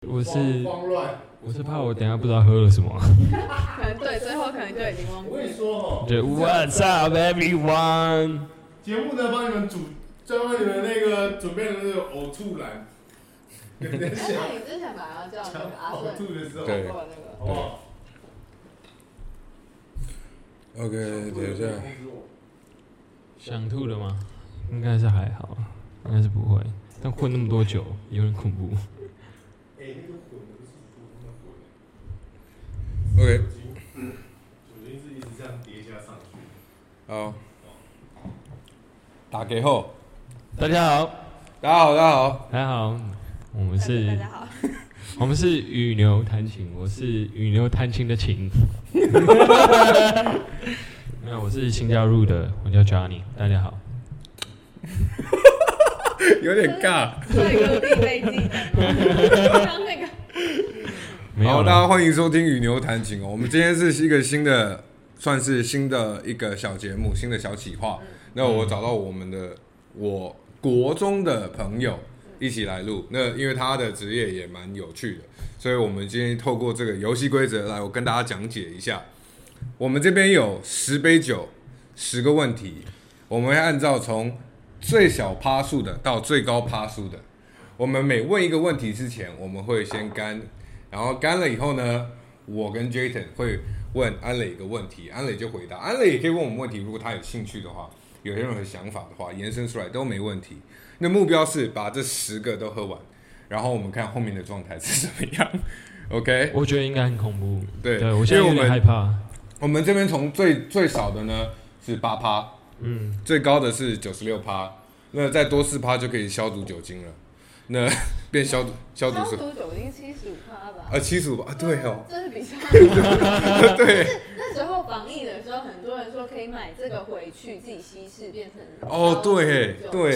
我是怕我等一下不知道喝了什么。 可能对，最后可能就已经忘记。 我跟你说哦， 对 ，What's up everyone？ 节目呢帮你们专为你们那个准备了那个呕吐篮。 而且你之前本来要叫那个阿顺呕吐的时候， 对过那个。 好不好 OK， 等一下， 想吐了吗？应该是还好，应该是不会。但混那么多酒，有点恐怖。 那个混的不是普通的混。 OK， 酒精是一直这样叠加上去。 好，打给后， 大家好， 大家好，大家好， 大家好，我们大是家好， 我们是与牛弹琴，我是与牛弹琴的琴。没有，我是新加入的，我叫 Johnny， 大家好。 有点尬。 对，隔壁飞机。刚那个。 好， 没有啦大家欢迎收听与牛弹琴哦。我们今天是一个算是新的一个小节目，新的小企划。那我找到我国中的朋友一起来录。那因为他的职业也蛮有趣的，所以我们今天透过这个游戏规则来，我跟大家讲解一下。我们这边有10杯酒，10个问题，我们会按照从最小趴数的到最高趴数的。我们每问一个问题之前，我们会先干，然后干了以后呢，我跟 Jayton 会问安磊一个问题，安磊就回答，安磊也可以问我们问题，如果他有兴趣的话，有任何想法的话，延伸出来都没问题。那目标是把这10个都喝完，然后我们看后面的状态是怎么样。OK， 我觉得应该很恐怖。 对我现在有点害怕。 我们这边从最少的呢是8趴，最高的是96趴，那再多4趴就可以消毒酒精了。那变消毒消毒酒精75%吧 ？75%啊，对哦， 这是比较。 对。 那时候防疫的时候，很多人说可以买这个回去自己稀释变成。 哦，对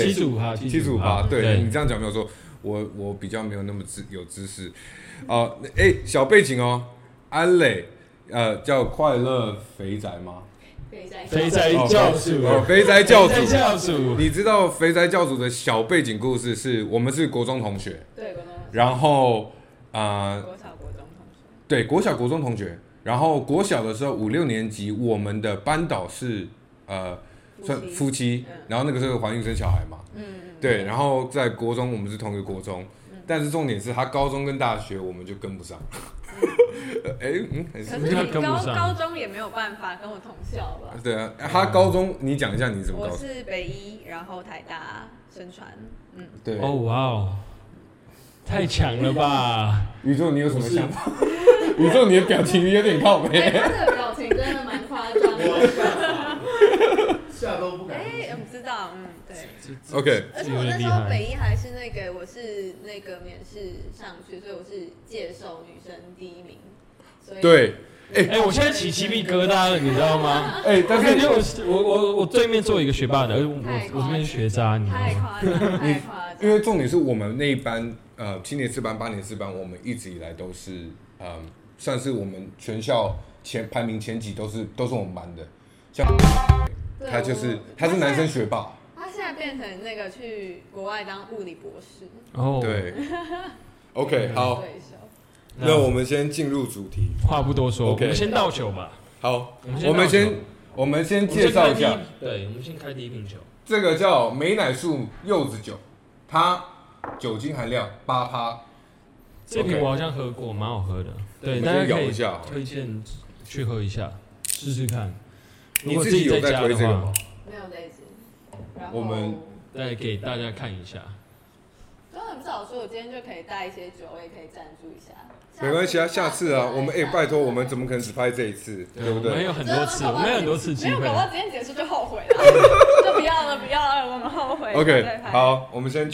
，75%，对你这样讲没有错，我比较没有那么有知识。小背景哦，安磊，叫快乐肥宅吗？ 肥宅教主肥宅教主， 你你知道肥宅教主的小背景故事是我们是国中同学， 对，国中同学。 然后国小国中同学。 对，国小国中同学，然后国小的时候5、6年级，我们的班导是算夫妻，然后那个时候怀孕生小孩嘛，对，然后在国中我们是同一个国中，但是重点是他高中跟大学我们就跟不上。 可是你高中也没有办法跟我同校吧？ 对啊，他高中你讲一下你怎么高中？ 我是北一，然后台大深传， 对。 哦哇哦，太强了吧！ 宇宙，你有什么想法？宇宙，你的表情有点靠北。 他的表情真的蛮夸张的， 吓都不敢。 我不知道，对。 OK。 而且我那时候北一还是那个，我是那个免试上去，所以我是介绍女生第1名。 对， 我现在起鸡皮疙瘩了，你知道吗？ 但是因为我对面坐一个学霸的，我这边是学渣，你知道吗？ 太夸张， 因为重点是我们那一班7年4班、8年4班，我们一直以来都是算是我们全校排名前几都是我们班的，像他是男生学霸， 他现在变成那个去国外当物理博士。 哦， 对。OK， 好。那我们先进入主题， 话不多说，我们先倒酒吧。 好，我们先介绍一下， 对，我们先开第一瓶酒。 这个叫美乃树柚子酒，它酒精含量8%。 这瓶我好像喝过，蛮好喝的。对，大家可以推荐去喝一下，试试看。 你自己有在推这个吗？ 没有这一支。 我们再给大家看一下。 都很早说，我今天就可以带一些酒，我也可以赞助一下。 没关系啊，下次啊，我们拜托，我们怎么可能只拍这一次，对不对？ 我们有很多次，我们有很多次机会。 没有，搞到今天结束就后悔了，就不要了，我们后悔。 OK， 好，我们先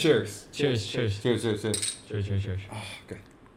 Cheers。 啊， 对。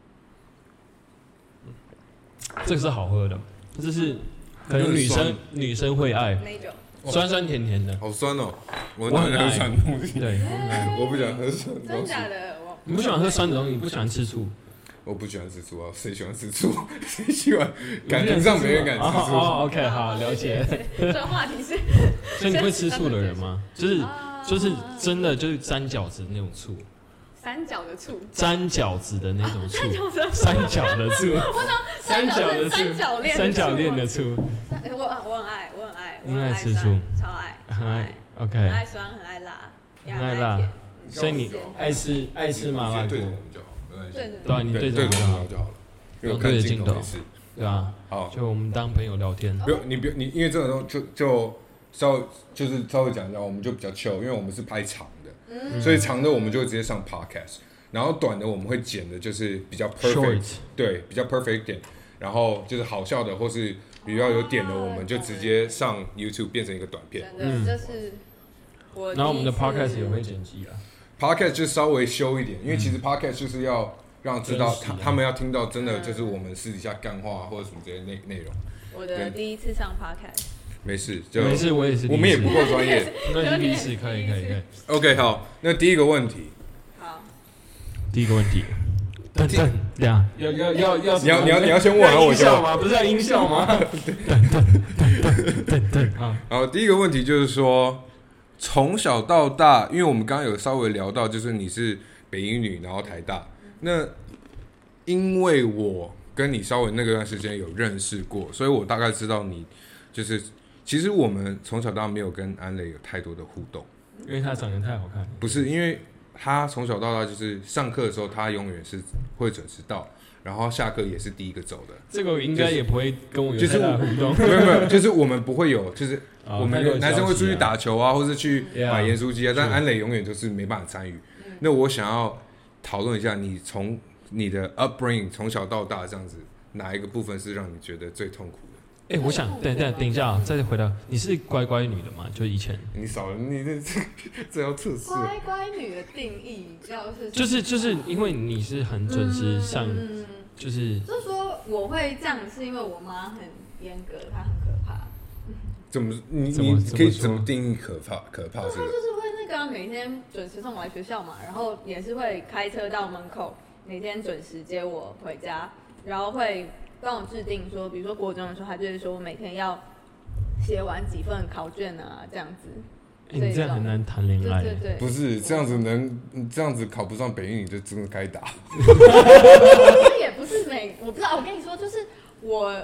这个是好喝的，这是可能女生会爱，酸酸甜甜的， 好酸哦，我很爱喝酸的东西， 对， 我不喜欢喝酸的东西。 真假的？ 你不喜欢喝酸的东西，你不喜欢吃醋？ 我不喜欢吃醋啊，谁喜欢吃醋？谁喜欢？感情上没人敢吃醋。 OK， 好，了解。 这话题是， 所以你会吃醋的人吗？就是真的就是沾饺子那种醋。 三角的醋， 沾饺子的那种醋， 三三角的醋，三角的醋，三角恋的醋。 我很爱， 你爱吃醋， 超爱， 很爱。OK， 很爱酸，很爱辣， 很爱辣，所以你爱吃麻辣锅。 对着我们就好，没关系。 对啊，你对着我我就好们就好了，因为我对看着镜头没事。 对啊， 好， 就我们当朋友聊天。 不用你，因为这种就稍微讲一下，我们就比较 chill，因为我们是拍长的，所以长的我们就直接上 podcast， 然后短的我们会剪的就是比较 perfect， 对，比较 perfect 一点，然后就是好笑的或是比较有点的，我们就直接上 YouTube 变成一个短片。 真的，这是我。 然后我们的 podcast 也会剪辑啊 ，podcast 就稍微修一点，因为其实 podcast 就是要让知道他们要听到真的就是我们私底下干话或者什么这些内容。 我的第一次上 podcast。 没事， 我也是， 我们也不够专业。 那第一次可以。 OK， 好，那第一个问题。 好。 第一个问题。等， 你要先问还是我先问吗？不是要音效吗？等啊。 好，第一个问题就是说，从小到大，因为我们刚刚有稍微聊到，就是你是北一女，然后台大，那因为我跟你稍微那段时间有认识过，所以我大概知道你就是。其实我们从小到大没有跟安磊有太多的互动， 因为他长得太好看。 不是，因为他从小到大就是上课的时候，他永远是会准时到，然后下课也是第一个走的。 这个应该也不会跟我有太大的互动。 没有，就是我们不会有，就是我们男生会出去打球啊，或是去买盐酥鸡啊，但安磊永远都是没办法参与。那我想要讨论一下，你从你的 upbringing 从小到大这样子，哪一个部分是让你觉得最痛苦的？ 我想等一下，再回到你是乖乖女的吗？就以前你少了你这要测试。 乖乖女的定义就是因为你是很准时上，就是说我会这样，是因为我妈很严格，她很可怕。 怎么你可以怎么定义可怕？可怕是？ 她就是会那个每天准时送我来学校嘛，然后也是会开车到门口，每天准时接我回家，然后会帮我制定说，比如说国中的时候，他就会说我每天要写完几份考卷啊，这样子。 你这样很难谈恋爱。 对， 不是这样子这样子考不上北一，你就真的该打。 也不是我不知道，我跟你说，就是我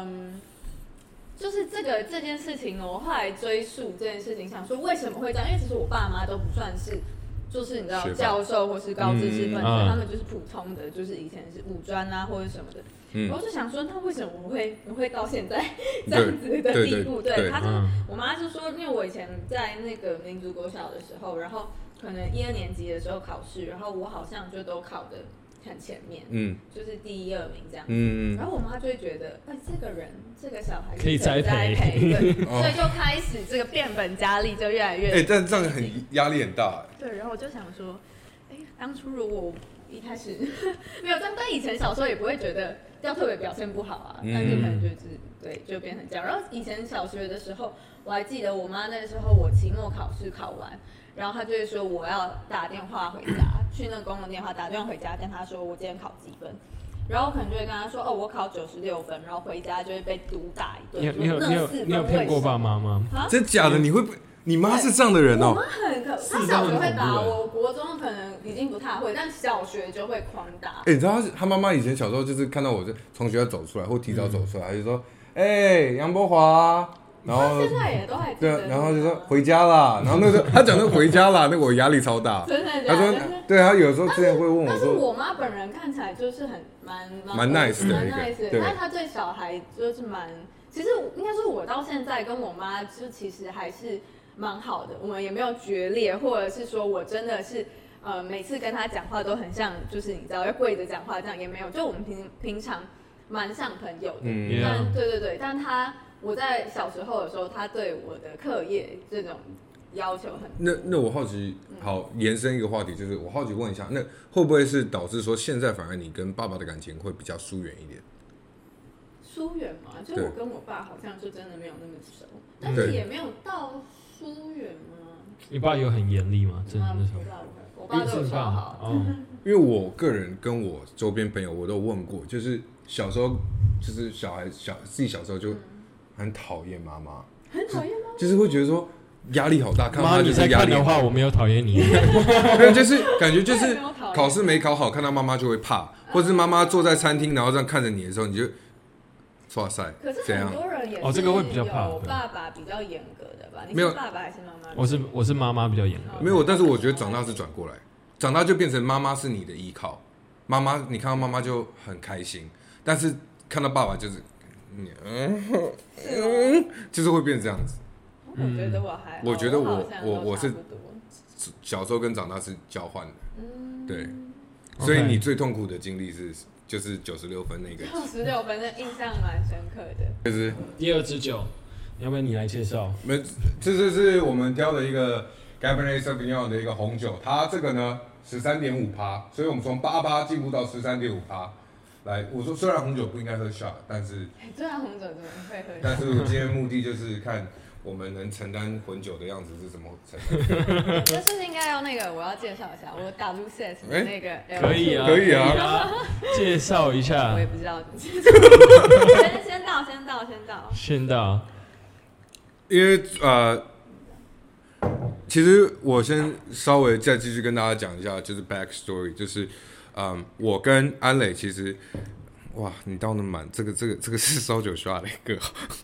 就是这件事情呢，我后来追溯这件事情，想说为什么会这样？因为其实我爸妈都不算是。就是你知道教授或是高知识分子，他们就是普通的，就是以前是五专啊或者什么的。我就想说，那为什么我会到现在这样子的地步？对，我妈就说，因为我以前在那个民族国小的时候，然后可能1、2年级的时候考试，然后我好像就都考得很前面，就是第1、2名这样子。然后我妈就会觉得，这个小孩可以栽培， 对，所以就开始这个变本加厉，就越来越。 但这样很压力很大。 对，然后我就想说，当初如果我一开始没有，但以前小时候也不会觉得要特别表现不好啊，但是可能就是就变成这样。然后以前小学的时候，我还记得我妈那时候我期末考试考完，然后她就会说我要打电话回家，去那个公共电话打电话回家，跟她说我今天考几分。然后我可能就会跟他说，我考96分，然后回家就会被毒打一顿。 你有骗过爸妈吗？ 真假的？你妈是这样的人哦。 我妈很可，她小学会打我，国中可能已经不太会，但小学就会狂打。 你知道她妈妈以前小时候就是看到我从学校走出来或提早走出来，就说，杨博华。然后现在也都还记得。 对，然后就说回家啦。然后那时候他讲那回家啦，那我压力超大。 真的假的？ 他说，对，他有时候之前会问我说， 但是我妈本人看起来就是蛮 nice 的， 蛮 nice 的。但她对小孩就是其实应该说，我到现在跟我妈就其实还是蛮好的，我们也没有决裂，或者是说我真的是每次跟她讲话都很像，就是你知道要跪着讲话这样也没有，就我们平常蛮像朋友的。但对，但我在小时候的时候，他对我的课业这种要求很。 那我好奇，好延伸一个话题，就是我好奇问一下，那会不会是导致说现在反而你跟爸爸的感情会比较疏远一点？ 疏远嘛，就我跟我爸好像就真的没有那么熟，但是也没有到疏远吗？ 你爸有很严厉吗？真的那时候， 我爸对我超好。 因为我个人跟我周边朋友我都有问过，就是小时候就是自己小时候就很讨厌妈妈， 很讨厌吗？ 就是会觉得说压力好大，看到妈， 他你就是压力在看的。话，我没有讨厌你。 没有，就是感觉就是我也没有讨厌考试没考好，看到妈妈就会怕，或是妈妈坐在餐厅然后这样看着你的时候，你就哇塞可是怎样很？多人也是哦这个会比较怕有爸爸比较严格的吧？你没有是爸爸还是妈妈？ 我是妈妈比较严格。 没有，但是我觉得长大是转过来，长大就变成妈妈是你的依靠，妈妈你看到妈妈就很开心，但是看到爸爸就是就是会变成这样子。 我觉得我还好， 我觉得好像都我是差不多小时候跟长大是交换的，对， OK 所以你最痛苦的经历就是96分那个， 16分的印象蛮深刻的。 就是第二支酒，要不然你来介绍？ 这就是我们挑的一个 Cabernet Sauvignon 的一个红酒，它这个呢13.5%，所以我们从8%进步到13.5%。来，我说虽然红酒不应该喝 shot， 但是虽然红酒怎么会喝？ 但是我今天目的就是看我们能承担混酒的样子是怎么承担。 这是不是应该要那个？我要介绍一下我WSET 的那个 L2， 可以啊， 可以啊， 介绍一下我。也不知道怎么介绍。先到。 因为其实我先稍微再继续跟大家讲一下，就是 back story， 就是我跟安磊其实，哇，你倒那么满，这个是烧酒刷的一个，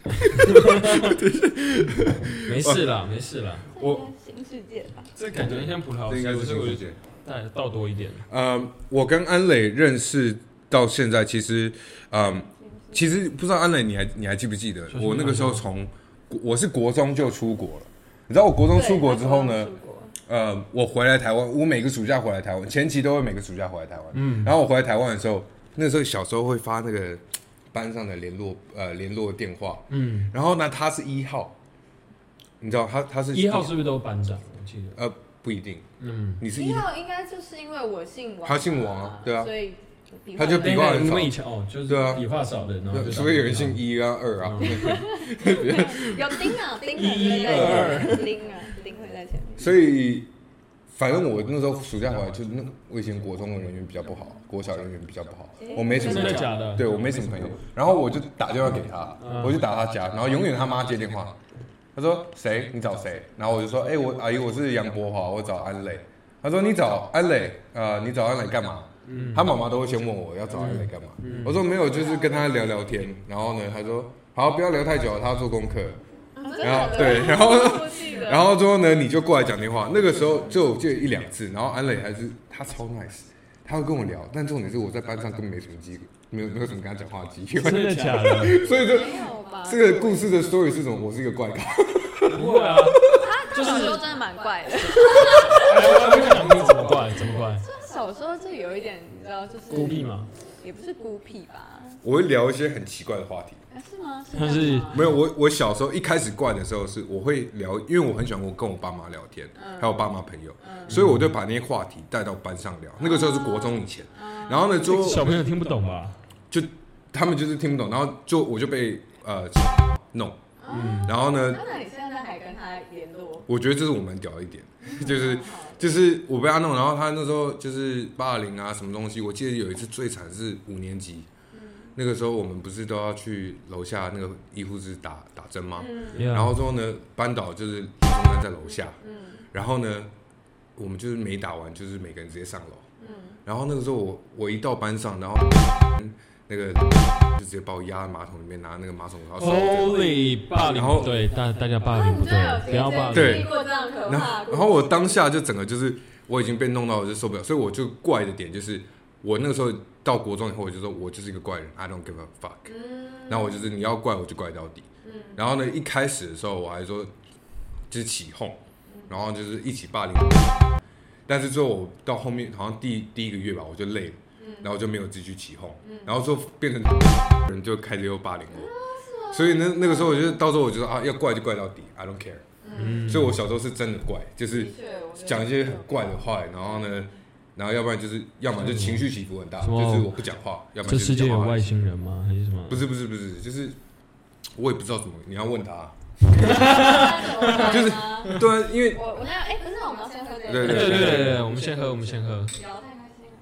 没事啦，没事啦。 我新世界吧。 这感觉像葡萄这应该是酒，所以我就新世界。 倒多一点。 我跟安磊认识到现在，其实不知道安磊你还记不记得，我那个时候我是国中就出国了，你知道我国中出国之后呢？我回来台湾，我每个暑假回来台湾，前期都会每个暑假回来台湾。然后我回来台湾的时候，那时候小时候会发那个班上的联络电话。然后呢，他是1号，你知道他是 1号是不是都班长？我记得。 不一定。你是 1 1号， 号应该就是因为我姓王， 他姓王啊，对啊， 所以他就笔画很少你们以前就是对啊笔画少的，然后就所以有人姓1啊2啊。 有丁啊，丁 1 2 丁会在前面。 所以，反正我那时候暑假回来，就是我以前国中的人缘比较不好，国小人缘比较不好，我没什么真朋友， 的假的？ 对我没什么朋友。然后我就打电话给他，我就打他家，然后永远他妈接电话，他说谁？你找谁？然后我就说，我阿姨我是杨博华，我找安磊。他说你找安磊，你找安磊干嘛？他妈妈都会先问我要找安磊干嘛。我说没有，就是跟他聊聊天。然后呢，他说好，不要聊太久，他要做功课。然后对，然后之后呢，你就过来讲电话。那个时候就我记得1、2次，然后安磊还是他超 nice， 他会跟我聊，但重点是我在班上根本没什么机会，没有什么跟他讲话的机会。 真的假的？ 所以没有吧？ 这个故事的 story 是什么？我是一个怪咖。 不会啊， 他小时候真的蛮怪的。 我跟你讲，你怎么怪？怎么怪？ 小时候就有一点，你知道，就是孤僻吗？ 也不是孤僻吧？ 我会聊一些很奇怪的话题。 是吗？ 他是没有，我小时候一开始怪的时候是我会聊，因为我很喜欢跟我爸妈聊天，还有爸妈朋友，所以我就把那些话题带到班上聊。那个时候是国中以前，然后呢，就小朋友听不懂吧？ 就他们就是听不懂，然后我就被弄，然后呢， 那你现在还跟他联络？ 我觉得这是我蛮屌的一点，就是我被他弄，然后他那时候就是霸凌啊什么东西。我记得有一次最惨是5年级，那个时候我们不是都要去楼下那个医护室打针吗？然后之后呢，班导就是中班在楼下，然后呢，我们就是没打完，就是每个人直接上楼。然后那个时候我一到班上，然后那个就直接把我压在马桶里面，拿那个马桶然后 Holy 霸凌不对，大家霸凌不对，不要霸凌。 对过这样可怕。 然后我当下就整个就是我已经被弄到我就受不了，所以我就怪的点就是我那个时候到国中以后，我就说我就是一个怪人 ，I don't give a fuck。然后我就是你要怪我就怪到底。然后呢，一开始的时候我还说就是起哄，然后就是一起霸凌。但是最后我到后面好像第一个月吧，我就累了，然后就没有继续起哄，然后之后变成人就开始又霸凌我，所以那个时候我就到时候我就说要怪就怪到底 ，I don't care。所以我小时候是真的怪，就是讲一些很怪的话，然后呢，然后要不然就是要么就情绪起伏很大，就是我不讲话，要不然这世界有外星人吗？还是什么？ 不是，就是我也不知道怎么，你要问他。 就是对啊，因为我那不是我们要先喝这个。 对，我们先喝。 聊太开心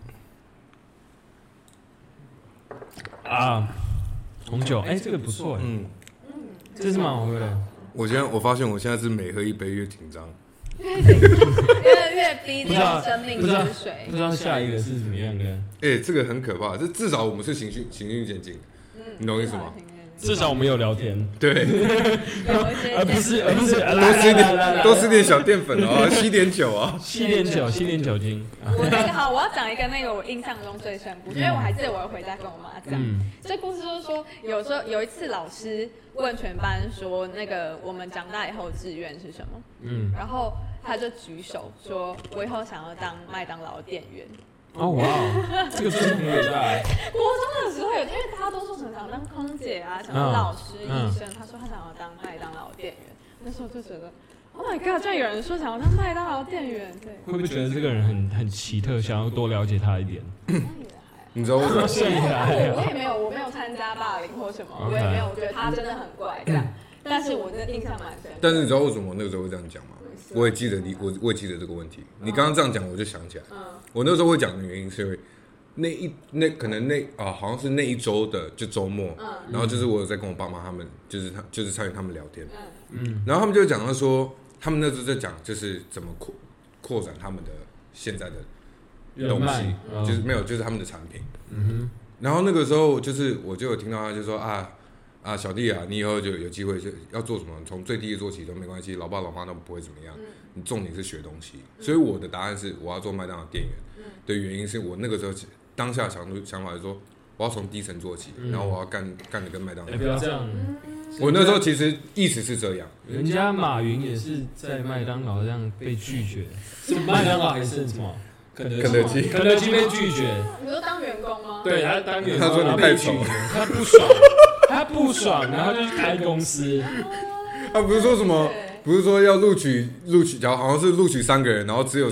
啊，红酒，这个不错，这是蛮好喝的。 我发现我现在是每喝一杯越紧张。 越逼近生命之水。 不知道下一个是怎么样的。 这个很可怕，这至少我们是循序渐进，你懂我意思吗？ 至少我们有聊天， 对， 而不是多吃点小淀粉哦，吸点酒啊， 吸点酒精。 我要讲一个我印象中最深刻，因为我还记得我回家跟我妈讲，这故事就是说，有一次老师问全班说，我们长大以后志愿是什么？然后他就举手说，我以后想要当麦当劳店员。 哦哇，这个真的很伟大。 国中的时候因为大家都说想当空姐啊，想当老师、医生，他说他想要当麦当劳店员。那时候就觉得 ，Oh my god， 居然有人说想要当麦当劳店员，对。 会不会觉得这个人很奇特，想要多了解他一点？ 你知道为什么？ 我没有参加霸凌或什么，我也没有觉得他真的很怪这样。但是我的印象蛮深。 但是你知道为什么我那个时候会这样讲吗？我也记得我也记得这个问题。你刚刚这样讲，我就想起来。我那时候会讲的原因是因为可能好像是那一周的就周末，然后就是我有在跟我爸妈他们就是参与他们聊天，然后他们就讲到说，他们那时候在讲就是怎么扩展他们的现在的东西，就是没有就是他们的产品，然后那个时候就是我就有听到他就说小弟啊，你以后就有机会就要做什么，从最低的做起都没关系，老爸老妈都不会怎么样，你重点是学东西。所以我的答案是我要做麦当劳店员的原因是我那个时候当下想法是说我要从低层做起，然后我要干的跟麦当劳。 不要这样。 我那时候其实意思是这样。 人家马云也是在麦当劳这样被拒绝，是麦当劳还是什么？肯德基被拒绝。 你说当员工吗？ 对，他当员工， 他说你太丑， 他不爽，然后就去开公司。 他不是说什么？不是说要录取，好像是录取3个人，然后只有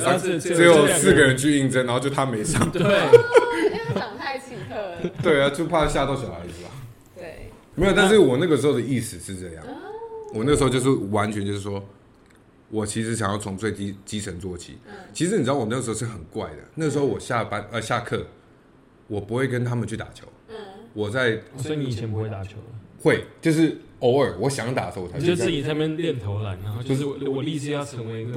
4个人去应征，然后就他没上。 对， 因为他长太奇特了。 对啊，就怕吓到小孩子吧。 对， 没有，但是我那个时候的意思是这样，我那时候就是完全就是说，我其实想要从最基层做起。其实你知道我那个时候是很怪的，那时候我下课，我不会跟他们去打球。 所以你以前不会打球？ 会，就是偶尔我想打的时候我才去。 就自己在那边练投篮，然后就是我立志要成为一个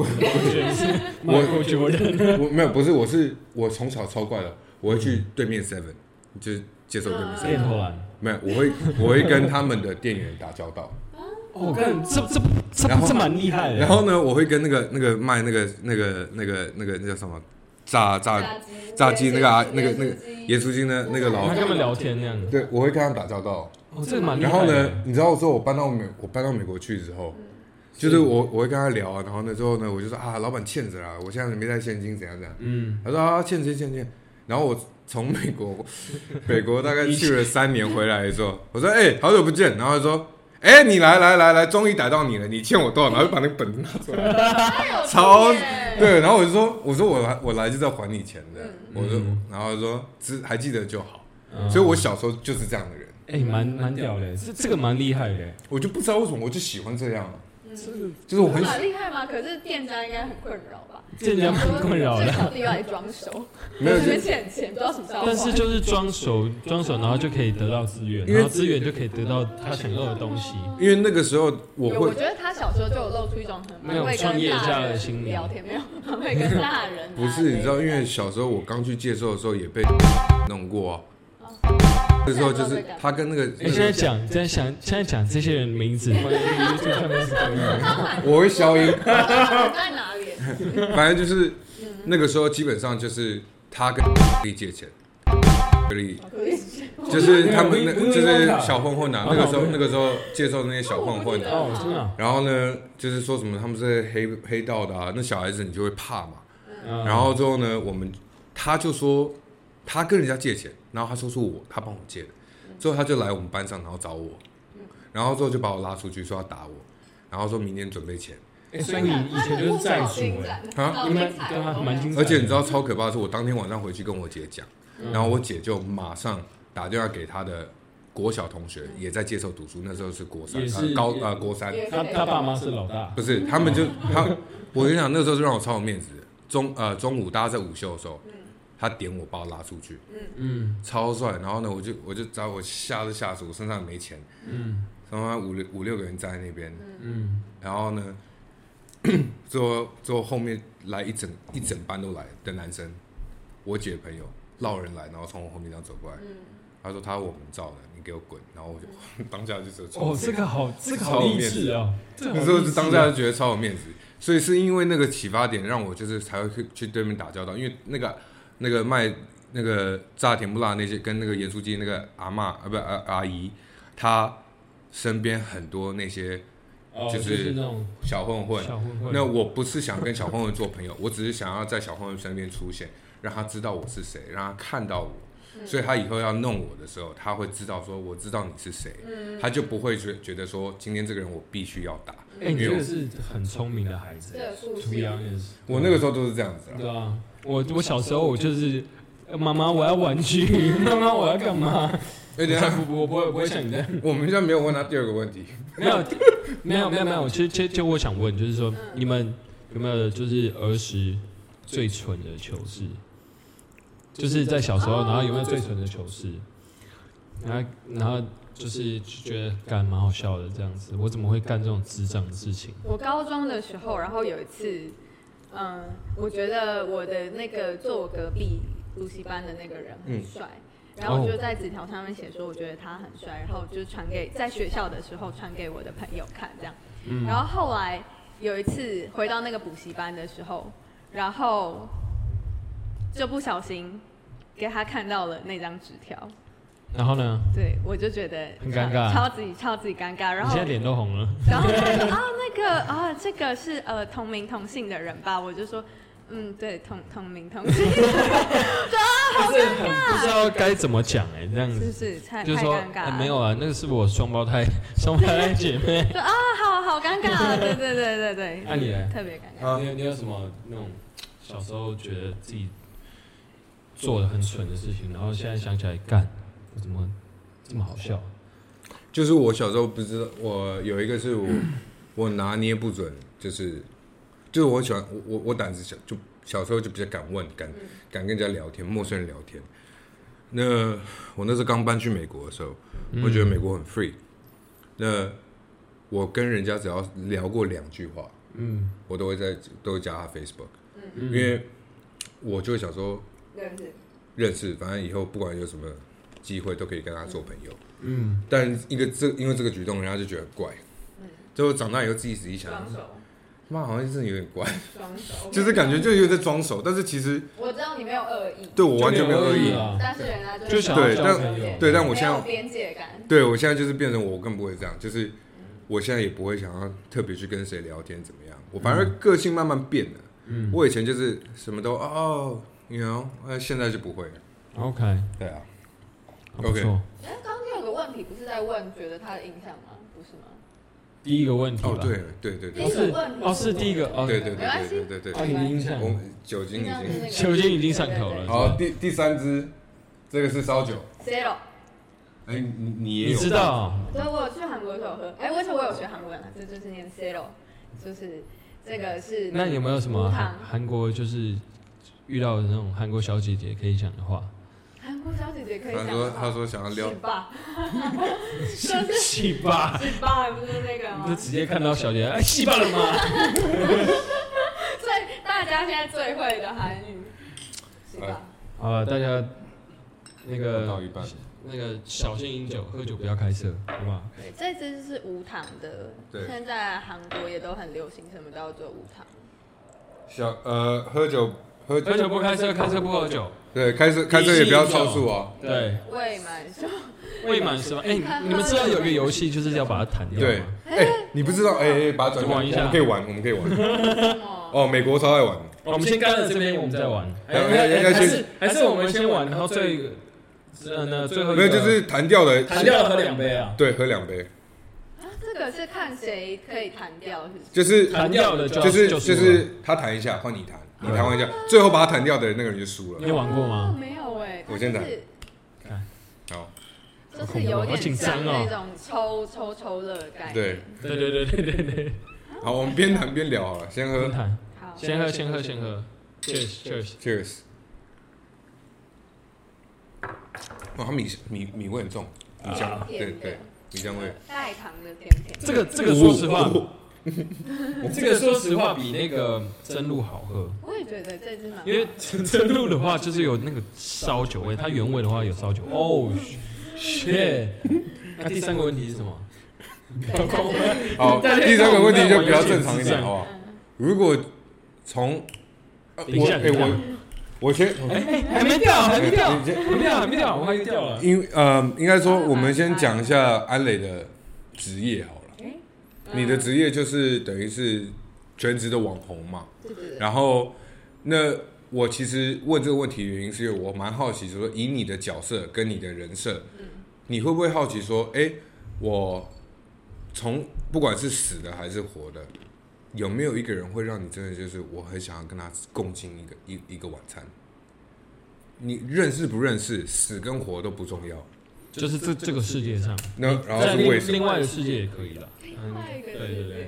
我没有，不是，我从小超怪的，我会去对面 7，就是接受对面 7 练投篮。 没有，我会跟他们的店员打交道。 我看这蛮厉害的。 然后呢，我会跟那个卖那个叫什么炸鸡那个盐酥鸡的那个老板， 跟他们聊天那样。 对，我会跟他们打交道。 这个蛮厉害的。 然后呢，你知道说我搬到美国去之后，就是我会跟他聊啊，然后呢之后呢，我就说老板欠着啦，我现在没带现金，怎样。他说欠。然后我从北国大概去了3年回来的时候，我说好久不见，然后他说你来，终于逮到你了，你欠我多少？然后就把那个本子拿出来，超对，然后我说我来就是要还你钱的，然后说还记得就好，所以我小时候就是这样的人。 蛮屌的，这个蛮厉害的。 我就不知道为什么我就喜欢这样，就是我很蛮厉害吗？可是店家应该很困扰吧？ 店家蛮困扰的。 小弟来装熟， 没有欠钱，不知道什么时候。 但是就是装熟，然后就可以得到资源，然后资源就可以得到他想要的东西。 因为那个时候我觉得他小时候就有露出一种很会创业家的心理聊天，没有很会跟大人。 不是，你知道，因为小时候我刚去介绍的时候也被弄过啊。那时候就是他跟那个， 现在讲这些人名字， 我会消音。 在哪里？ 反正就是那个时候，基本上就是他跟可以借钱，就是他们就是小混混啊。那个时候介绍那些小混混啊，然后呢，就是说什么他们是黑道的啊，那小孩子你就会怕嘛。然后之后呢，他就说他跟人家借钱。然后他说是他帮我借的，之后他就来我们班上，然后找我，然后之后就把我拉出去，说要打我，然后说明天准备钱。 所以你以前就是债主你们对啊，蛮精彩。 而且你知道超可怕的是，我当天晚上回去跟我姐讲，然后我姐就马上打电话给她的国小同学，也在接受读书，那时候是国3，国3。 他爸妈是老大， 不是他们我跟你讲，那时候就让我超有面子的。中午大家在午休的时候。他点我把我拉出去，超帅。然后呢，我就找我吓死，我身上没钱， 他妈五六个人站在那边， 嗯， 然后呢，最后后面来一整班都来的男生，我姐朋友绕人来，然后从我后面这样走过来，他说他我们照的，你给我滚，然后我就当下就是这个好励志哦， 那时候当下就觉得超有面子，所以是因为那个启发点让我就是才会去对面打交道，因为那个卖那个炸甜不辣那些跟那个盐酥鸡那个阿姨，她身边很多那些就是那种小混混。那我不是想跟小混混做朋友，我只是想要在小混混身边出现，让他知道我是谁，让他看到我。所以他以后要弄我的时候，他会知道说我知道你是谁，他就不会觉得说今天这个人我必须要打。 你这个是很聪明的孩子。 我那个时候都是这样子。 对啊，我小时候我就是妈妈我要玩具，妈妈我要干嘛？我不会像你这样。 我们现在没有问他第二个问题。 没有。其实我想问，就是说你们有没有就是儿时最蠢的糗事？就是在小时候，然后有没有最蠢的糗事？然后就是觉得干蛮好笑的这样子，我怎么会干这种智障的事情？ 我高中的时候，然后有一次，我觉得我的那个坐我隔壁补习班的那个人很帅。然后我就在纸条上面写说，我觉得他很帅，然后就在学校的时候传给我的朋友看，这样。然后后来有一次回到那个补习班的时候，然后就不小心给他看到了那张纸条。 然后呢？ 对，我就觉得很尴尬， 超级尴尬。然后你现在脸都红了。 然后他说这个是同名同姓的人吧？我就说。对，同名同姓，对啊，好尴尬， 不知道该怎么讲这样子， 是太就是说尴尬没有啊，那个是我双胞胎姐妹， 对啊，好尴尬啊，对， 那你呢？ 特别尴尬。 你有什么那种小时候觉得自己做的很蠢的事情，然后现在想起来干，我怎么这么好笑？ 就是我小时候不知道，我有一个是我拿捏不准，就是我喜欢我胆子小，就小时候就比较敢问，敢跟人家聊天，陌生人聊天。那我那时候刚搬去美国的时候，我觉得美国很 free。那我跟人家只要聊过2句话，我都会加他 Facebook，因为我就会想说认识，反正以后不管有什么机会都可以跟他做朋友。但因为这个举动，人家就觉得很怪。最后长大以后自己想。妈，好像真的有点怪，就是感觉就有点在装熟，但是其实我知道你没有恶意， 对我完全没有恶意， 但是人家就想要交朋友， 但我现在没有边界感， 对我现在就是变成我更不会这样，就是我现在也不会想要特别去跟谁聊天怎么样，我反而个性慢慢变了，我以前就是什么都you know， 现在就不会了 ，OK， 对啊 ，OK， 刚刚有个问题不是在问觉得他的印象吗？不是吗？ 第一个问题吧， 对， 是第一个， 对， 你的印象， 酒精已经上头了。 好，第3支，这个是烧酒 ，Zero。 你也有？ 你知道？ 对，我去韩国的时候喝，而且我有学韩文，这就是念 Zero， 就是这个是。 那有没有什么韩国就是遇到的那种韩国小姐姐可以讲的话？ 韩国小姐姐可以讲。 他说想要撩。 气吧， 不是那个吗？ 就直接看到小姐，气吧了吗？ 所以大家现在最会的韩语，是吧？ 好了，大家那到一半。 那个小心饮酒，喝酒不要开车，好不好？ 对，这支是无糖的。对。现在韩国也都很流行什么叫做无糖。 喝酒不开车，开车不喝酒。 对，开车也不要超速啊。 对。 未满10， 你们知道有个游戏就是要把它弹掉吗？ 对。你不知道？把它转玩一下。 我们可以玩。美国超爱玩。 我们先干了这边，我们再玩。还是我们先玩，然后最后没有，就是弹掉的喝2杯啊。 对，喝2杯。 这个是看谁可以弹掉， 就是弹掉的就是他弹一下换你弹，你弹完一下，最后把他弹掉的那个人就输了。 你有玩过吗？ 没有我先弹。 好。就是有点像那种抽乐的概念。 对。 好，我们边弹边聊好了，先喝。 好， 先喝。Cheers。 它米味很重，米香，对， 米香味， 带糖的甜甜。 这个说实话，这个说实话比那个真露好喝。 我也觉得这支蛮好， 因为真露的话就是有那个烧酒味，它原味的话有烧酒。哦，shit！ 那第3个问题是什么？ 好，第3个问题就比较正常一点，好不好？如果从我先， 还没掉，我快掉了。 应该说我们先讲一下安磊的职业好了。你的职业就是等于是全职的网红嘛？然后那我其实问这个问题的原因是因为我蛮好奇，说以你的角色跟你的人设，你会不会好奇说，我从不管是死的还是活的，有没有一个人会让你真的就是我很想要跟他共进一个晚餐？你认识不认识，死跟活都不重要， 就是这个世界上， 那然后是为什么？ 另外的世界也可以了。 对。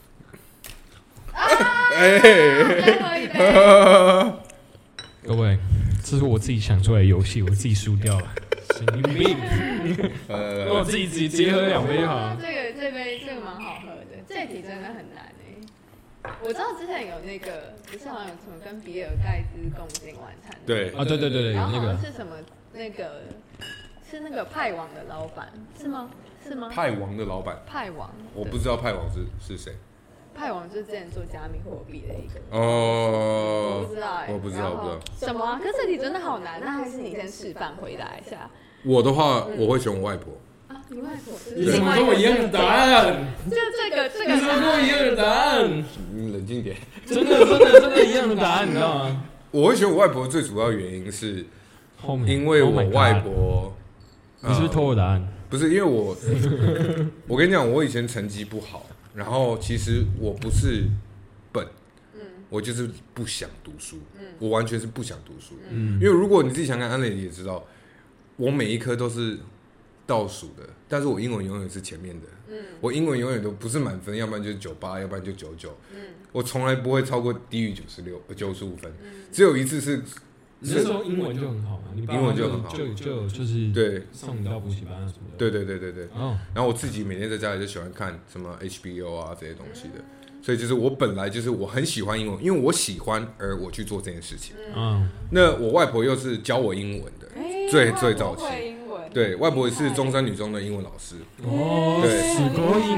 各位，这是我自己想出来的游戏，我自己输掉了，神经病！我自己直接喝2杯好。 这个蛮好喝的，这题真的很难我知道之前有那个，不是好像有什么跟比尔盖茨共进晚餐？ 对啊，对， 然后好有那个像是什么是那个派网的老板是吗？ 派王的老板， 派网， 我不知道派王是谁。 派网就是之前做加密货币的一个哦， 我不知道什么可是这题真的好难，那还是你先示范回答一下。 我的话，我会选我外婆。 你外婆？ 你怎么跟我一样的答案？ 就这个， 你怎么跟我一样的答案？ 你冷静点。 真的一样的答案，你知道吗？ 我会选我外婆，最主要原因是，因为我外婆。 你是不是偷我答案？ 不是，因为我跟你讲，我以前成绩不好，然后其实我不是笨，我就是不想读书，我完全是不想读书，因为如果你自己想看，安磊也知道，我每一科都是倒数的，但是我英文永远是前面的，我英文永远都不是满分，要不然就是98，要不然就99，我从来不会超过低于95分，只有一次是。 你那时候英文就很好嘛，你英文就很好， 就是对送你到补习班啊什么的。 对。然后我自己每天在家里就喜欢看什么 HBO 啊这些东西的，所以就是我本来就是我很喜欢英文，因为我喜欢而我去做这件事情。那我外婆又是教我英文的，最早期。对，外婆是中山女中的英文老师。 对，すごい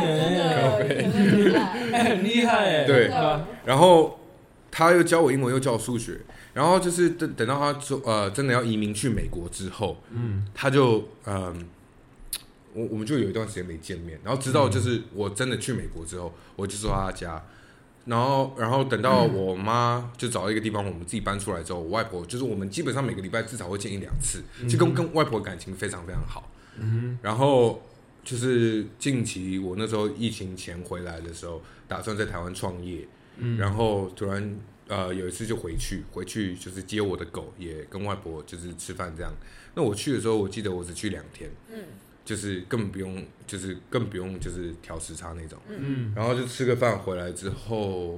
ね，很厉害。 对，然后她又教我英文，又教我数学。然后就是等到他真的要移民去美国之后，他就我们就有一段时间没见面，然后直到就是我真的去美国之后，我就住他家，然后等到我妈就找到一个地方，我们自己搬出来之后，我外婆就是我们基本上每个礼拜至少会见1-2次，就跟外婆感情非常非常好。然后就是近期我那时候疫情前回来的时候，打算在台湾创业，然后突然。有一次就回去就是接我的狗，也跟外婆就是吃饭这样。那我去的时候，我记得我只去2天，就是更不用就是调时差那种，然后就吃个饭回来之后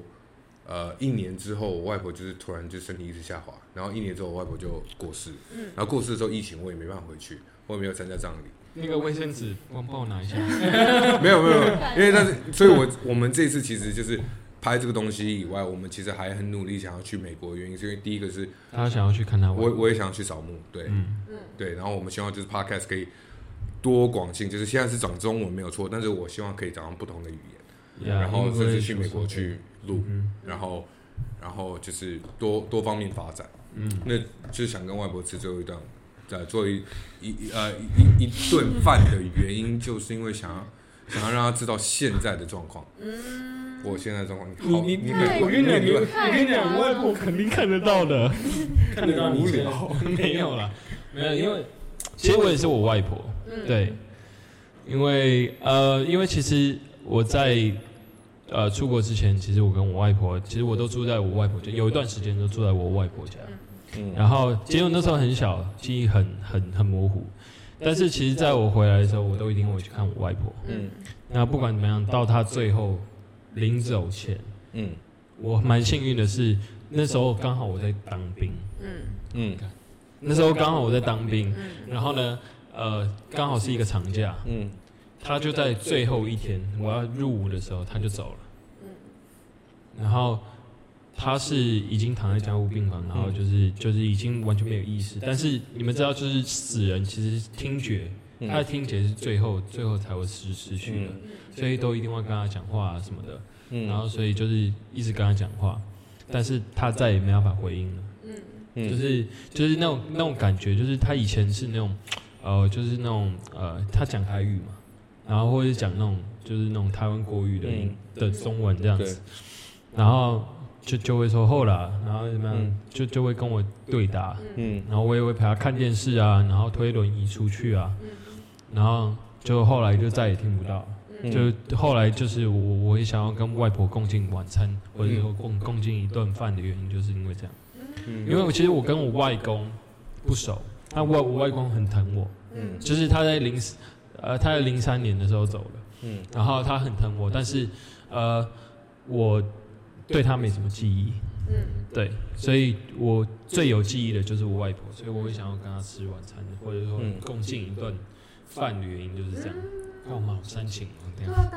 ，1年之后，我外婆就是突然就身体一直下滑，然后1年之后我外婆就过世，然后过世的时候疫情我也没办法回去，我也没有参加葬礼。 那个卫生纸帮我拿一下。 没有，因为所以我们这次其实就是。拍这个东西以外，我们其实还很努力想要去美国的原因，是因为第一个是他想要去看他， 我也想要去扫墓，对，对，然后我们希望就是 podcast 可以多广性，就是现在是讲中文没有错，但是我希望可以讲不同的语言，然后甚至去美国去录，然后就是多方面发展，那就是想跟外婆吃最后一段，做一顿饭的原因，就是因为想要让他知道现在的状况，我现在的状况， 我跟你讲，我外婆肯定看得到的，看得到你无聊，没有啦，没有，因为其实我也是我外婆，对，因为其实我在出国之前，其实我跟我外婆，其实我都住在我外婆家，有一段时间都住在我外婆家，然后其实我那时候很小，记忆很模糊，但是其实在我回来的时候，我都一定会去看我外婆，那不管怎么样，到她最后。临走前，我蛮幸运的是，那时候刚好我在当兵，那时候刚好我在当兵，然后呢，刚好是一个长假， 他就在最后一天我要入伍的时候他就走了。然后他是已经躺在加护病房，然后就是已经完全没有意识。但是你们知道，就是死人其实听觉，他的听觉是最后才会失去的，所以都一定会跟他讲话什么的。然后所以就是一直跟他讲话，但是他再也没办法回应了。就是那种感觉，就是他以前是那种就是那种他讲台语嘛，然后或者是讲那种就是那种台湾国语的中文这样子，然后就会说后啦，然后怎么样，就会跟我对答，然后我也会陪他看电视啊，然后推轮椅出去啊，然后就后来就再也听不到，就后来就是我也想要跟外婆共进晚餐，或者说共进一顿饭的原因，就是因为这样。因为其实我跟我外公不熟，但我外公很疼我，就是他在03年的时候走了，然后他很疼我，但是我对他没什么记忆，对，所以我最有记忆的就是我外婆，所以我会想要跟她吃晚餐，或者说共进一顿饭的原因就是这样。干嘛煽情啊？这样。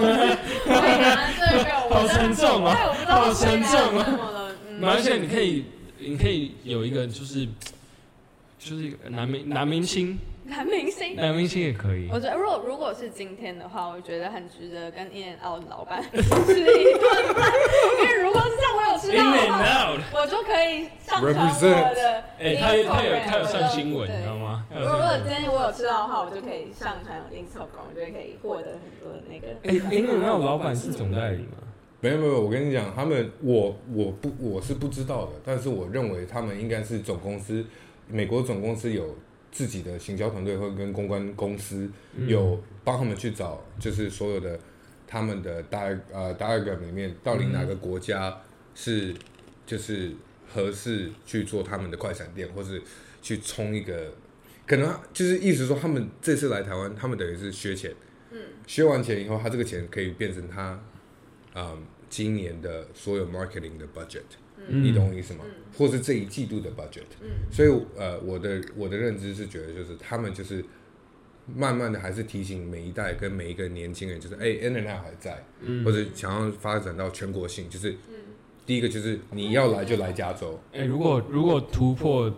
好沉重啊！好沉重啊！马来西亚你可以有一个就是一个男明星。男明星也可以。 我觉得如果是今天的话，我觉得很值得跟 In-N-Out 老板吃一顿饭，因为如果是这样，我有吃到的话，我就可以上传我的。 他有上新闻，你知道吗？ 如果今天我有吃到的话，我就可以上传我 Instagram， 我就可以获得很多的那个。 In-N-Out 老板是总代理吗？ 没有，我跟你讲，他们我是不知道的，但是我认为他们应该是总公司，美国总公司有自己的行销团队会跟公关公司有帮他们去找，就是所有的他们的diagram 里面到底哪个国家是就是合适去做他们的快闪店，或是去冲一个，可能就是意思说他们这次来台湾，他们等于是削钱，削完钱以后，他这个钱可以变成他今年的所有 marketing 的 budget。你懂我意思吗？或是这一季度的 budget，所以我的认知是觉得，就是他们就是慢慢的还是提醒每一代跟每一个年轻人，就是In-N-Out 还在，或者想要发展到全国性，就是第一个就是你要来就来加州。 如果突破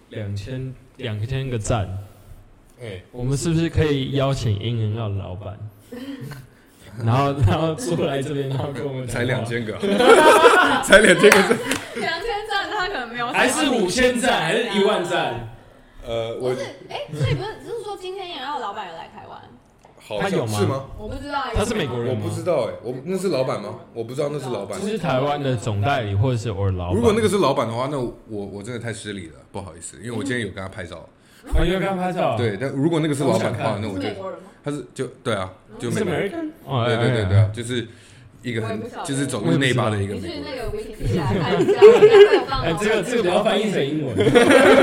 2000个赞，我们是不是可以邀请In-N-Out 老板？然后出来这边，然后跟我们才2000个，才2000个赞 ，2000赞他可能没有， 还是5000赞，还是1万赞？ 所以不是说今天In-N-Out老板有来台湾？ 他有吗？是吗？ 我不知道， 他是美国人吗？我不知道那是老板吗？我不知道那是老板， 是台湾的总代理或者是老板。 如果那个是老板的话，那我真的太失礼了，不好意思，因为我今天有跟他拍照。 你有跟他拍照？ 对，但如果那个是老板的话，那我就他是对啊，就美国人，对啊，就是一个就是走入内八的一个美国人。 你去那个 Wikipedia 看一下， 这个不要翻译成英文。 我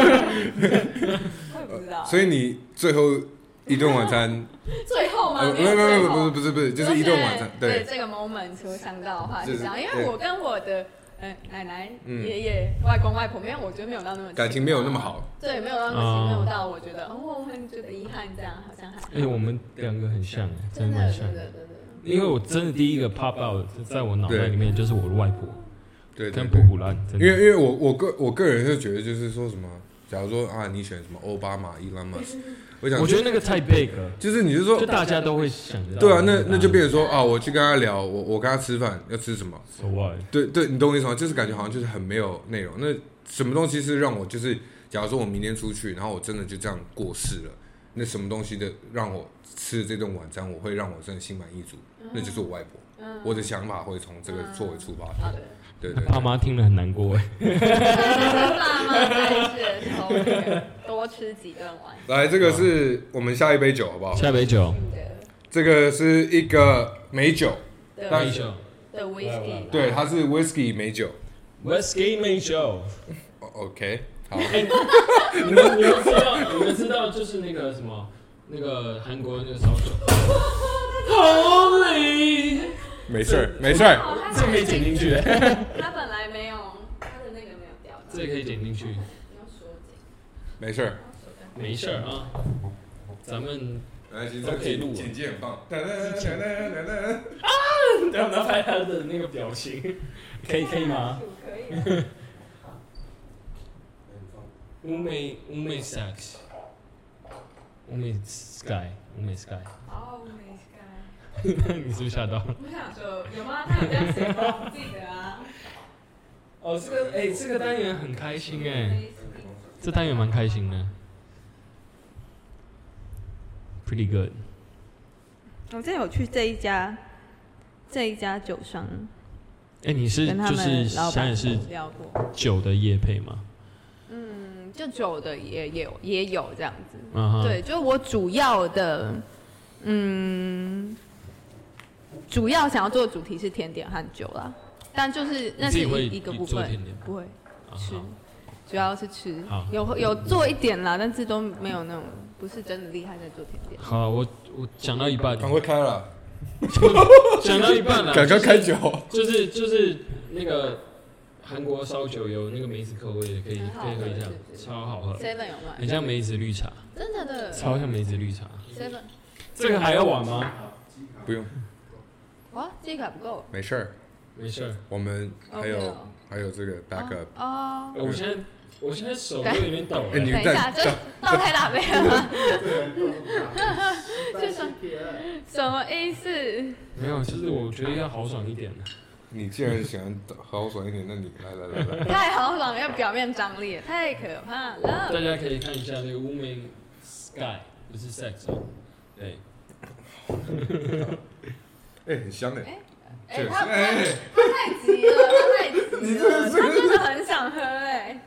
也不知道。 所以你最后一顿晚餐？ 最后吗？ 没有，不是，就是一顿晚餐。对这个 moment 我想到的话是这样，因为我跟我的奶奶、爷爷、外公、外婆，我觉得没有到那么感情没有那么好， 对，没有那么亲，没有到我觉得我很觉得遗憾，这样好像还。 我们两个很像，真的蛮像。因为我真的第一个 pop out 在我脑袋里面就是我的外婆， 对， 跟普兰。 因为我个人是觉得就是说什么，假如说你选什么奥巴马、伊朗马斯。 我觉得那个太 big 了， 就是你是说， 就大家都会想到。 对啊，那就变成说我去跟他聊，我跟他吃饭要吃什么？ So what？ 对，你懂我意思吗？就是感觉好像就是很没有内容。那什么东西是让我就是，假如说我明天出去，然后我真的就这样过世了，那什么东西的让我吃这顿晚餐，我会让我真的心满意足，那就是我外婆。我的想法会从这个作为出发点。对， 爸妈听了很难过爸妈在世的时候多吃几顿晚。 来，这个是我们下一杯酒，好不好？ 下一杯酒， 这个是一个美酒， 美酒的 whisky， 对，它是 whisky 美酒 ，whisky 美酒。 OK， 好。 你们知道就是那个什么，那个韩国那个烧酒。Holy。 没事， 这可以剪进去。 他本来没有，他的那个没有掉。 这可以剪进去。 要缩紧。 没事啊。 咱们都可以录， 简介很棒。 然后拍他的那个表情，可以吗？ 可以。 乌梅 sax， 乌梅 sky， 乌梅 sky。 哦，乌梅 sky。 你是不是吓到？ 我想说，有吗？他有这样写吗？我记得啊。 哦，这个单元很开心哎，这单元蛮开心的。Pretty good。 我之前有去这一家酒商。 你是就是现在是酒的业配吗？ 就酒的也有这样子。对，就我主要的，主要想要做的主题是甜点和酒啦，但就是那是一个部分，不会吃，主要是吃，有做一点啦，但是都没有那种不是真的厉害在做甜点。 好，我讲到一半， 赶快开了， 讲到一半了， 赶快开酒， 就是那个。韩国烧酒有那个梅子口味的，可以喝一下，超好喝。 7有卖， 很像梅子绿茶， 真的， 超像梅子绿茶。 7， 这个还要玩吗？ 不用。 哇，记卡不够。 没事儿，我们还有这个 backup。 哦。 我现在手都有点抖了。 等一下，这倒太大杯了吗？这什么意思？ 没有，就是我觉得要豪爽一点的。 你既然喜欢豪爽一点，那你来， 太豪爽了，要表面张力，太可怕了。 大家可以看一下那个 Woman Sky， 不是 Sex 哦，对。 很香哎。 他太急了，他真的很想喝哎。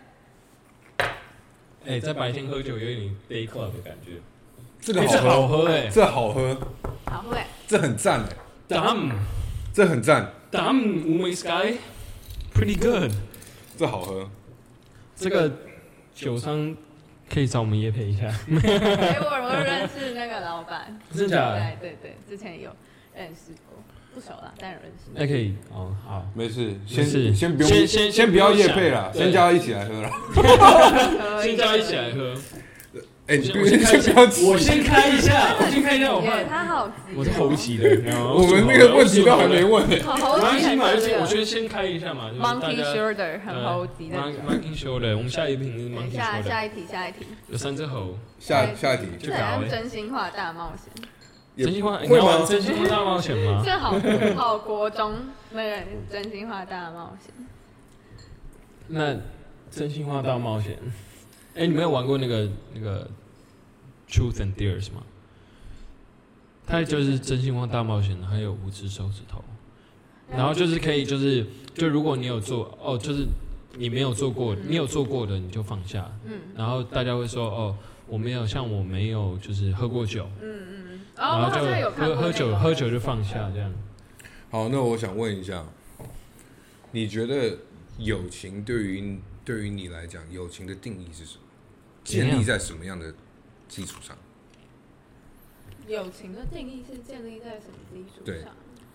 在白天喝酒有点 day club 的感觉。 这个好喝哎， 这好喝， 好喝哎， 这很赞哎，这很赞。 Woman Sky pretty good， 这好喝。 这个酒商可以找我们业配一下。 我认识那个老板， 真的假的？ 对，之前有认识过，不熟啦，但有认识。 那可以哦，好， 没事，先不用，先不要业配了，先叫他一起来喝了。 先叫他一起来喝。 我先开一下，我怕他好急， 我是猴急的， 我们那个问题都还没问呢。 好猴急， 我觉得先开一下嘛。 Monkey shoulder 很猴急的。 Monkey shoulder， 我们下一瓶是 Monkey shoulder。 下一题。 有3只猴。 下一题。 就搞真心话大冒险。 真心话，你要玩真心话大冒险吗？ 这好国中那个真心话大冒险。 那真心话大冒险，你没有玩过那个 Truth and Dares 吗？它就是真心话大冒险，还有5只手指头，然后就是可以就如果你有做就是你没有做过，你有做过的你就放下，然后大家会说我没有就是喝过酒，然后就喝酒就放下这样。 好，那我想问一下，你觉得友情对于你来讲，友情的定义是什么？建立在什么样的基础上？ 友情的定义是建立在什么基础上？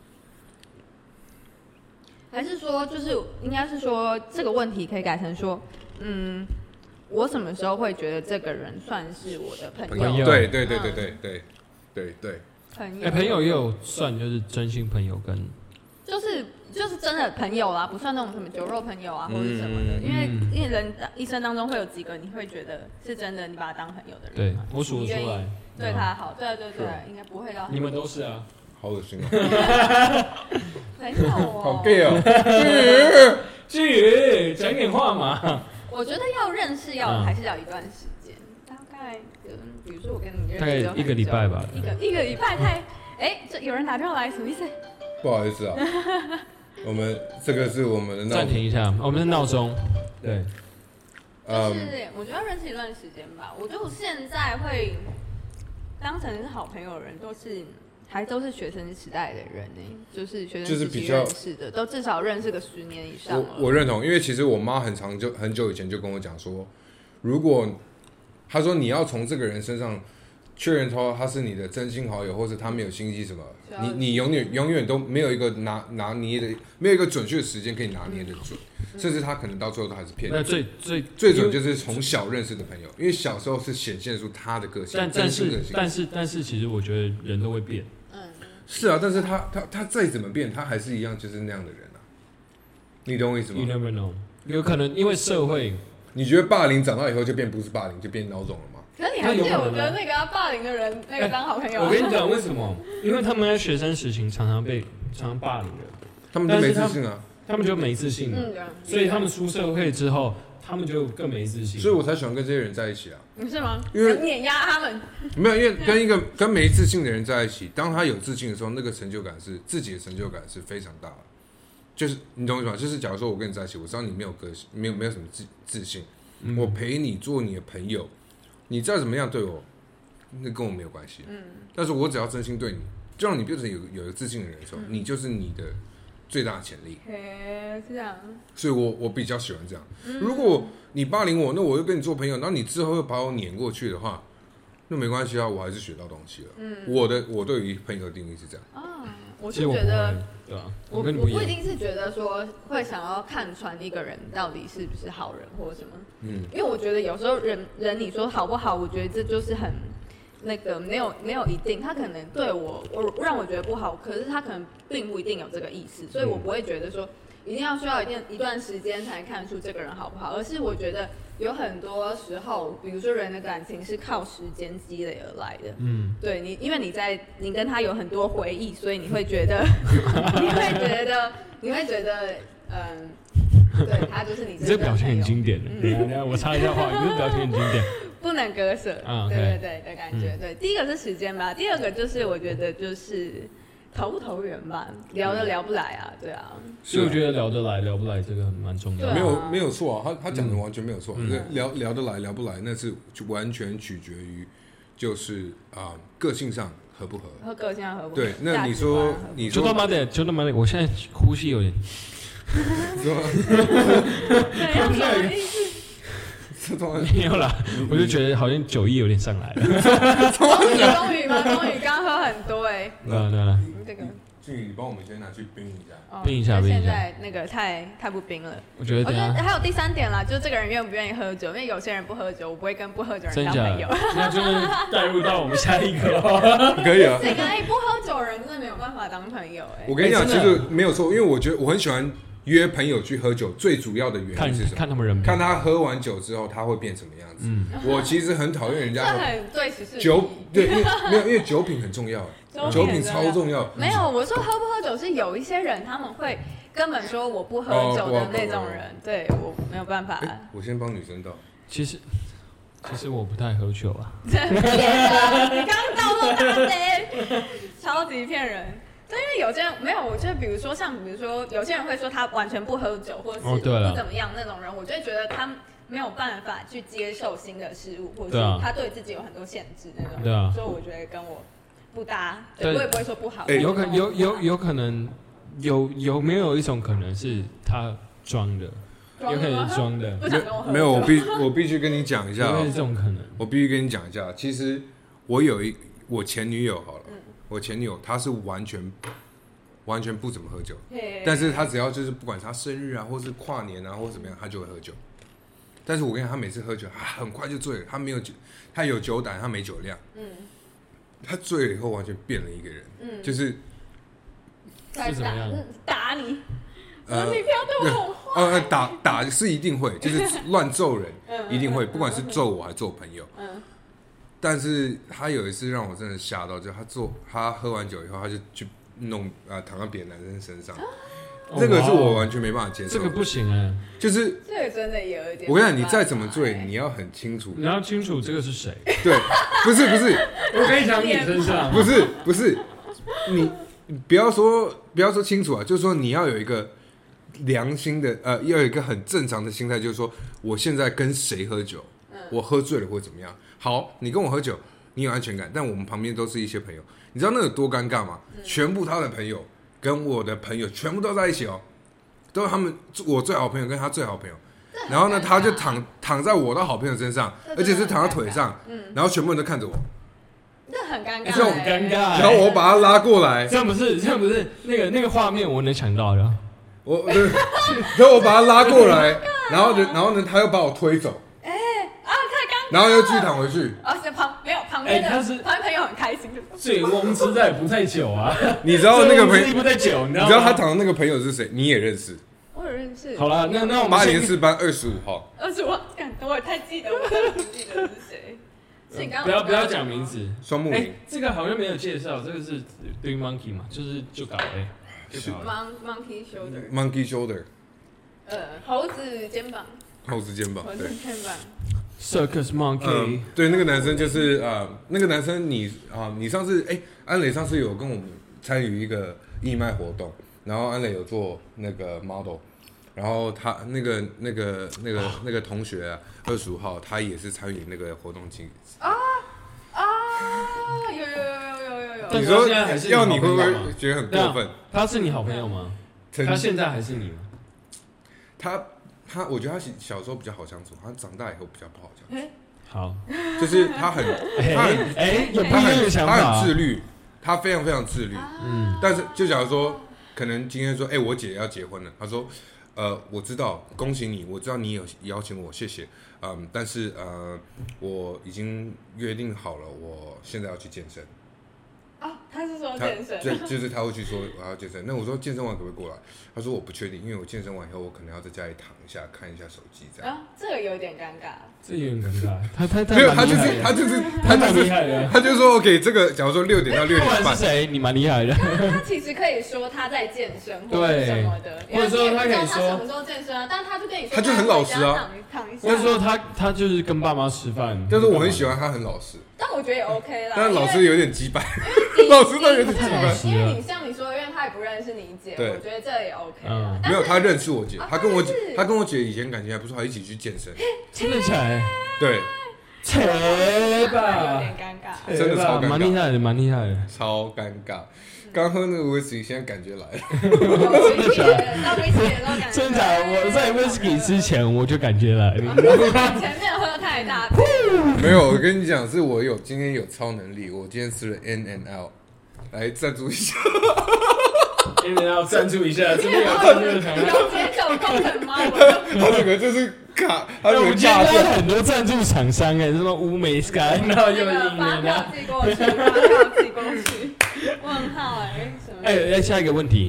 还是说，就是应该是说这个问题可以改成说，我什么时候会觉得这个人算是我的朋友？ 对。 朋友也有算，就是真心朋友跟就是真的朋友啦，不算那种什么酒肉朋友啊，或者什么的。因为人一生当中会有几个你会觉得是真的，你把他当朋友的人。 对，我数得出来。 对他好，对，应该不会到。 你们都是啊。 好恶心哦！ 没有哦。 好 gay 哦！ 至于讲点话嘛。 我觉得要认识还是要一段时间，大概比如说我跟你认识大概1个礼拜吧。 一个礼拜太这有人打电话来，什么意思？ 不好意思啊，我们这个是我们的暂停一下，我们的闹钟。对。 就是我觉得要认识一段时间吧。我觉得我现在会当成是好朋友的人，都是学生时代的人呢，就是学生时期认识的，都至少认识个10年以上了。 我认同，因为其实我妈很久以前就跟我讲说，如果她说你要从这个人身上确认说他是你的真心好友，或者他没有心机什么，你永远都没有一个拿捏的，没有一个准确的时间可以拿捏的准，甚至他可能到最后都还是骗你。 那最准就是从小认识的朋友，因为小时候是显现出他的个性， 但是其实我觉得人都会变。 是啊，但是他再怎么变，他还是一样就是那样的人啊。你懂我意思吗 ？You never know， 有可能因为社会。 你觉得霸凌长大以后就变不是霸凌，就变孬种了吗？ 可是你还记得我跟那个霸凌的人那个当好朋友、 我跟你讲为什么？因为他们在学生时期常常霸凌的， 他们就没自信啊。 他们就没自信了，所以他们出社会之后，他们就更没自信。 所以我才喜欢跟这些人在一起啊。 你是吗？ 因为碾压他们。 没有，因为跟没自信的人在一起，当他有自信的时候，那个成就感是自己的成就感是非常大的。就是你懂我意思吗？就是假如说我跟你在一起，我知道你没有个性，没有什么自信，我陪你做你的朋友，你再怎么样对我，那跟我没有关系。但是我只要真心对你，就让你变成有一个自信的人的时候，你就是你的最大的潜力。 是这样。所以我比较喜欢这样。如果你霸凌我，那我又跟你做朋友，然后你之后又把我撵过去的话，那没关系啊，我还是学到东西了。我对于朋友的定义是这样。 我是觉得， 对啊， 我不一定是觉得说会想要看穿一个人到底是不是好人或什么。因为我觉得有时候人你说好不好，我觉得这就是很那个没有一定，他可能对我让我觉得不好，可是他可能并不一定有这个意思，所以我不会觉得说一定要需要一段时间才能看出这个人好不好，而是我觉得有很多时候，比如说人的感情是靠时间积累而来的。对你，因为你跟他有很多回忆，所以你会觉得，对他就是你这表情很经典的。等一下，我插一下话，你这表情很经典， 不能割舍。对的感觉。对，第一个是时间吧，第二个就是我觉得就是投不投缘吧，聊得聊不来啊，对啊。 所以我觉得聊得来聊不来这个蛮重要的。没有错啊，他讲的完全没有错。聊得来聊不来，那是完全取决于就是个性上合不合。 和个性上合不合。 对，那你说就他妈的，我现在呼吸有点。没有啦，我就觉得好像酒意有点上来了。 终于刚喝很多哎。 对。 这个。 俊宇，你帮我们先拿去冰一下。 冰一下。 现在那个太不冰了。 我觉得还有第三点啦，就是这个人愿不愿意喝酒，因为有些人不喝酒，我不会跟不喝酒人当朋友。 那就是带入到我们下一个。 可以啊。 这个不喝酒人真的没有办法当朋友哎。 我跟你讲，其实没有错，因为我觉得我很喜欢约朋友去喝酒，最主要的原因是什么？ 看他们人， 看他喝完酒之后他会变什么样子。我其实很讨厌人家酒，对，因为酒品很重要，酒品超重要。 没有，我说喝不喝酒是有一些人他们会根本说我不喝酒的那种人，对我没有办法。 我先帮女生倒。 其实我不太喝酒啊。 你刚倒那么大杯，超级骗人。对，因为有些人没有，我觉得比如说有些人会说他完全不喝酒，或者是不怎么样那种人，我就会觉得他没有办法去接受新的事物，或者是他对自己有很多限制那种。 对啊。 所以我觉得跟我不搭，我也不会说不好。 有可能有没有一种可能是他装的？有可能是装的。 不想跟我喝酒。 没有，我必须跟你讲一下。 有这种可能。 我必须跟你讲一下，其实我前女友好了。我前女友她是完全不怎么喝酒，但是她只要就是不管她生日啊，或是跨年啊，或怎么样，她就会喝酒。但是我跟你讲，她每次喝酒，很快就醉了。她没有酒，她有酒胆，她没酒量。她醉了以后完全变了一个人，就是怎么样？ 打你，你不要对我很坏。 打是一定会，就是乱揍人，一定会，不管是揍我还是揍朋友。但是他有一次让我真的吓到，就他喝完酒以后，他就去弄躺在别的男生身上，这个是我完全没办法接受。 这个不行哎， 就是这个真的也有一点。 我跟你讲，你再怎么醉，你要很清楚， 你要清楚这个是谁。 对，不是， 我跟你讲你身上， 不是，你不要说清楚啊，就是说你要有一个良心的，要有一个很正常的心态，就是说我现在跟谁喝酒，我喝醉了或怎么样。好，你跟我喝酒，你有安全感，但我们旁边都是一些朋友，你知道那有多尴尬吗？全部他的朋友跟我的朋友全部都在一起哦，都是我最好朋友跟他最好朋友，然后呢，他就躺在我的好朋友身上，而且是躺在腿上，然后全部人都看着我， 这很尴尬， 这很尴尬。 然后我把他拉过来， 这样不是那个画面我能想到的。 然后我把他拉过来，然后呢，他又把我推走。 太尴尬。 然后又继续躺回去。 旁边的朋友很开心， 醉翁之在不在酒啊！ 你知道那个朋友不在酒，你知道他躺的那个朋友是谁？你也认识？ 我也认识。 好了，那我们 804班25号。 25号，等我太记得，我真的不记得是谁。是你刚刚不要讲名字。 双木林。 这个好像没有介绍，这个是 Doing Monkey 嘛，就搞 Monkey Shoulder。 Monkey Shoulder。 猴子肩膀。 猴子肩膀。对。 Circus Monkey。 对，那个男生就是那个男生你上次安磊上次有跟我们参与一个义卖活动，然后安磊有做那个 model， 然后他那个同学啊，25号他也是参与那个活动经有。你说要你会不会觉得很过分？ 他是你好朋友吗？他现在还是你吗？ 他，我觉得他小时候比较好相处，他长大以后比较不好相处。 好， 就是他很自律，他非常非常自律。但是就假如说，可能今天说，我姐要结婚了，他说，我知道，恭喜你，我知道你有邀请我，谢谢。但是我已经约定好了，我现在要去健身。 他是说健身， 就是他会去说我要健身。那我说健身完可不可以过来？他说我不确定，因为我健身完以后，我可能要在家里躺一下，看一下手机这样。 这个有点尴尬。 这有点尴尬。 没有，他蛮厉害的。他就说 OK， 这个假如说6点到6点半。 不管是谁，你蛮厉害的。 他其实可以说他在健身或者什么的， 或者说他可以说他什么时候健身啊？但他就跟你说， 他就很老实啊。 或者说他就是跟爸妈吃饭。 但是我很喜欢他很老实。 但我觉得也 OK 啦。 但老师有点鸡掰，老师都有点鸡掰。 因为你像你说，因为他也不认识你姐，我觉得这也 OK。 没有，他认识我姐，他跟我姐以前感情还不错，一起去健身。 真的假的？ 对。 扯吧。 有点尴尬。 真的超尴尬。 蛮厉害的。 超尴尬。刚喝那个威士忌，现在感觉来了。 真的假的？我在威士忌之前我就感觉来了。 前面喝太大。 没有，我跟你讲，是我今天有超能力，我今天吃了 N&L， 来赞助一下。 N&L 赞助一下，真的有赞助的厂商。 有接手功能吗？ 他这个就是卡，他这个价有很多赞助厂商什么乌梅 Sky， 然后又发票寄过去。问号什么？ 下一个问题。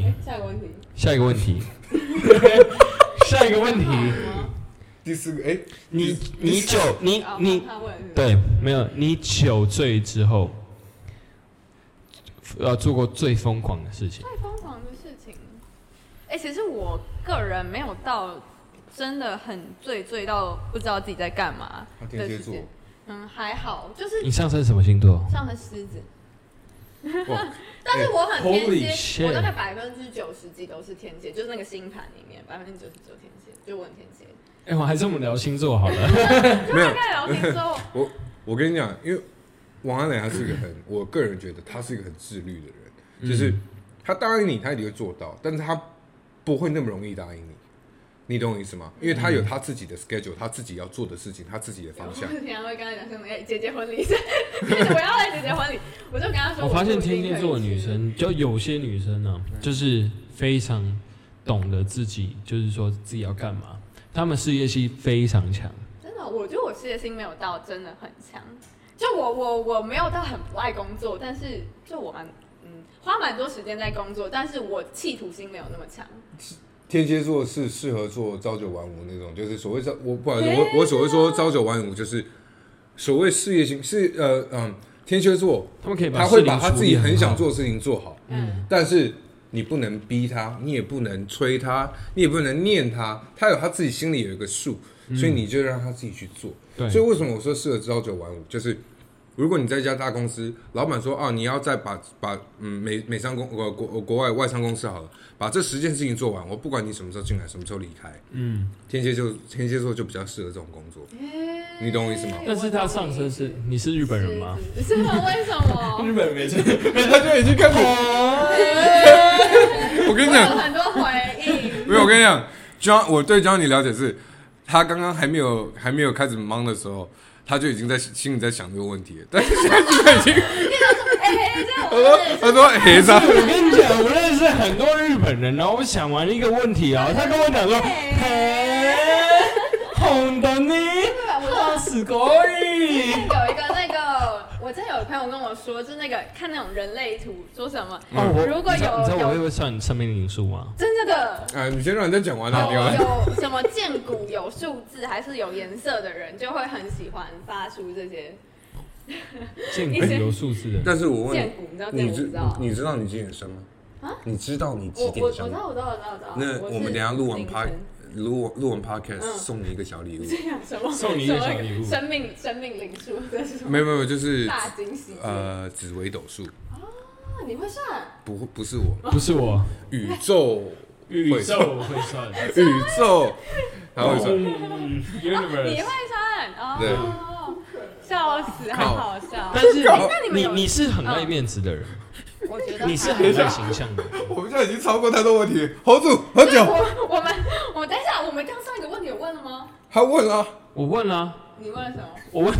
第4个， 你对，没有，你酒醉之后，做过最疯狂的事情。 最疯狂的事情，其实我个人没有到真的很醉到不知道自己在干嘛的时间。还好，就是你上升什么星座？ 上升狮子。但是我很天蝎，我大概90%几都是天蝎，就是那个星盘里面99%天蝎，就我很天蝎。 还是我们聊星座好了。 没有， 大概聊星座。 我跟你讲，因为王安磊他是一个我个人觉得他是一个很自律的人，就是他答应你，他一定会做到，但是他不会那么容易答应你。你懂我意思吗？因为他有他自己的 schedule， 他自己要做的事情，他自己的方向。 我平常会跟他讲说，姐姐婚礼，我要来姐姐婚礼，我就跟他说。 我发现天蝎座的女生，就有些女生呢，就是非常懂得自己，就是说自己要干嘛。她们事业心非常强。 真的，我觉得我事业心没有到真的很强。就我没有到很不爱工作，但是就我花蛮多时间在工作，但是我企图心没有那么强。 天蝎座是适合做朝九晚五那种，就是所谓我所谓说朝九晚五，就是所谓事业心是天蝎座，他会把他自己很想做的事情做好，但是你不能逼他，你也不能催他，你也不能念他，他有他自己心里有一个数，所以你就让他自己去做。所以为什么我说适合朝九晚五，就是如果你在一家大公司，老板说你要再把美商国外外商公司好了，把这10件事情做完，我不管你什么时候进来，什么时候离开。天蝎座就比较适合这种工作，你懂我意思吗？ 但是他上升是你是日本人吗？ 是吗？为什么？ 日本人没错， 他就已经开始。我跟你讲， 有很多回忆。 没有，我跟你讲，我对 Johnny 了解是，他刚刚还没有开始忙的时候。 他就已经在心里在想这个问题了，但是现在已经他说啥？ 我跟你讲，我认识很多日本人，然后我想完一个问题啊，他跟我讲说，红的你，すごい。 有一个那个，我真有朋友跟我说，就是那个看那种人类图，说什么？如果你知道我会不会算你生命灵数吗？ 真的。 你先让人家讲完了。 有什么剑骨有数字还是有颜色的人，就会很喜欢发出这些。 剑骨有数字的， 但是我问剑骨， 你知道你几点生吗？ 啊？ 你知道你几点生？ 我知道。 那我们等一下录完 podcast 送你一个小礼物。 这样什么？ 送你一个小礼物。 生命灵数，这是什么？ 没有，就是大惊喜。 紫微斗数。 你会算？ 不是我， 不是我， 宇宙会算， 宇宙，他会算。 你会算？对。笑死，很好笑。 但是你是很爱面子的人， 我觉得你是很爱形象的。 我们现在已经超过太多问题 ，hold 住，喝酒。 我们等一下，我们刚上一个问题有问了吗？ 他问了， 我问了。 你问了什么？ 我问。 我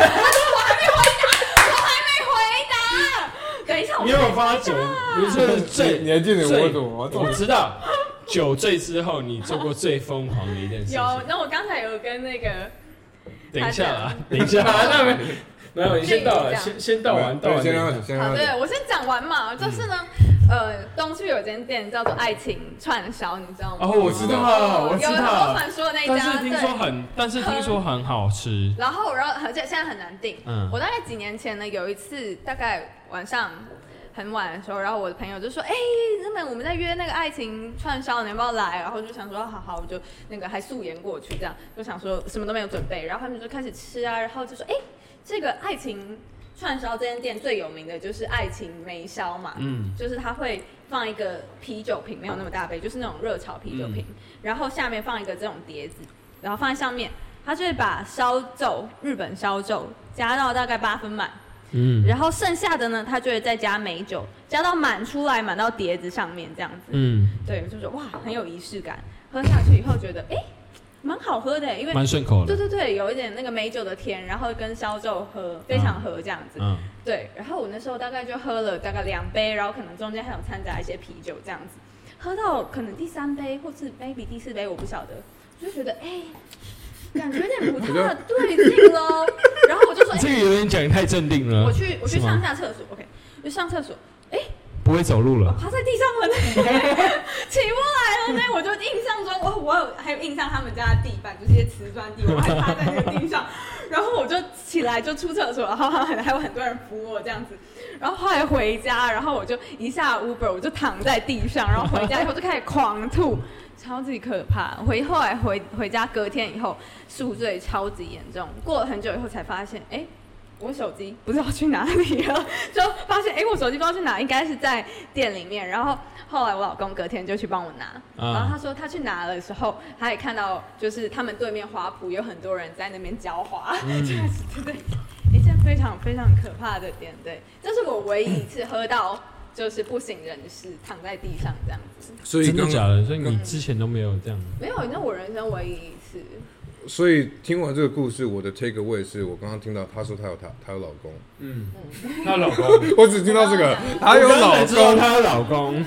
还没回答。等一下， 你有没有发觉？你是最， 你还记得我问什么吗？ 我知道，酒醉之后你做过最疯狂的一件事情。 有，那我刚才有跟那个。 等一下啦，没有，你先倒了，先倒完。 好， 对，我先讲完嘛，就是呢，东区有间店叫做爱情串烧，你知道吗？ 哦，我知道， 有很多传说的那家， 但是听说很好吃。 然后而且现在很难订。我大概几年前呢，有一次大概晚上很晚的时候，然后我的朋友就说：“那我们在约那个爱情串烧，你要不要来？”然后就想说：“好，我就那个还素颜过去，这样就想说什么都没有准备。”然后他们就开始吃啊，然后就说：“这个爱情串烧这间店最有名的就是爱情梅烧嘛，就是它会放一个啤酒瓶，没有那么大杯，就是那种热炒啤酒瓶，然后下面放一个这种碟子，然后放在上面，它就会把日本烧酒加到大概8分满。”然后剩下的呢，他就会再加美酒，加到满出来，满到碟子上面这样子。对，就说哇，很有仪式感。喝下去以后觉得，蛮好喝的，因为蛮顺口的。 对，有一点那个美酒的甜，然后跟烧酒非常合这样子。对，然后我那时候大概就喝了大概2杯，然后可能中间还有掺杂一些啤酒这样子。喝到可能第3杯或是 maybe 第4杯，我不晓得，我就觉得感觉有点不太对劲喽。然后我就说， 这个有点讲太镇定了。 我去上下厕所 ，OK， 就上厕所， 不会走路了， 我趴在地上了，起不来了呢。我就印象中，我还有印象他们家的地板就是一些瓷砖地，我还趴在那个地上，然后我就起来就出厕所，然后还有很多人扶我这样子，然后后来回家，然后我就一下 Uber 我就躺在地上，然后回家以后就开始狂吐。超级可怕！后来回家隔天以后宿醉超级严重，过了很久以后才发现，我手机不知道去哪里了，就发现我手机不知道去哪，应该是在店里面。然后后来我老公隔天就去帮我拿，然后他说他去拿的时候，他也看到就是他们对面花圃有很多人在那边浇花，对，一件非常非常可怕的点，对，这是我唯一一次喝到。就是不省人事，躺在地上这样子。 所以真的假的？所以你之前都没有这样？ 没有，那我人生唯一一次。 所以听完这个故事，我的 take away 是我刚刚听到她说她有老公。 她有老公。 我只听到这个，她有老公， 她有老公。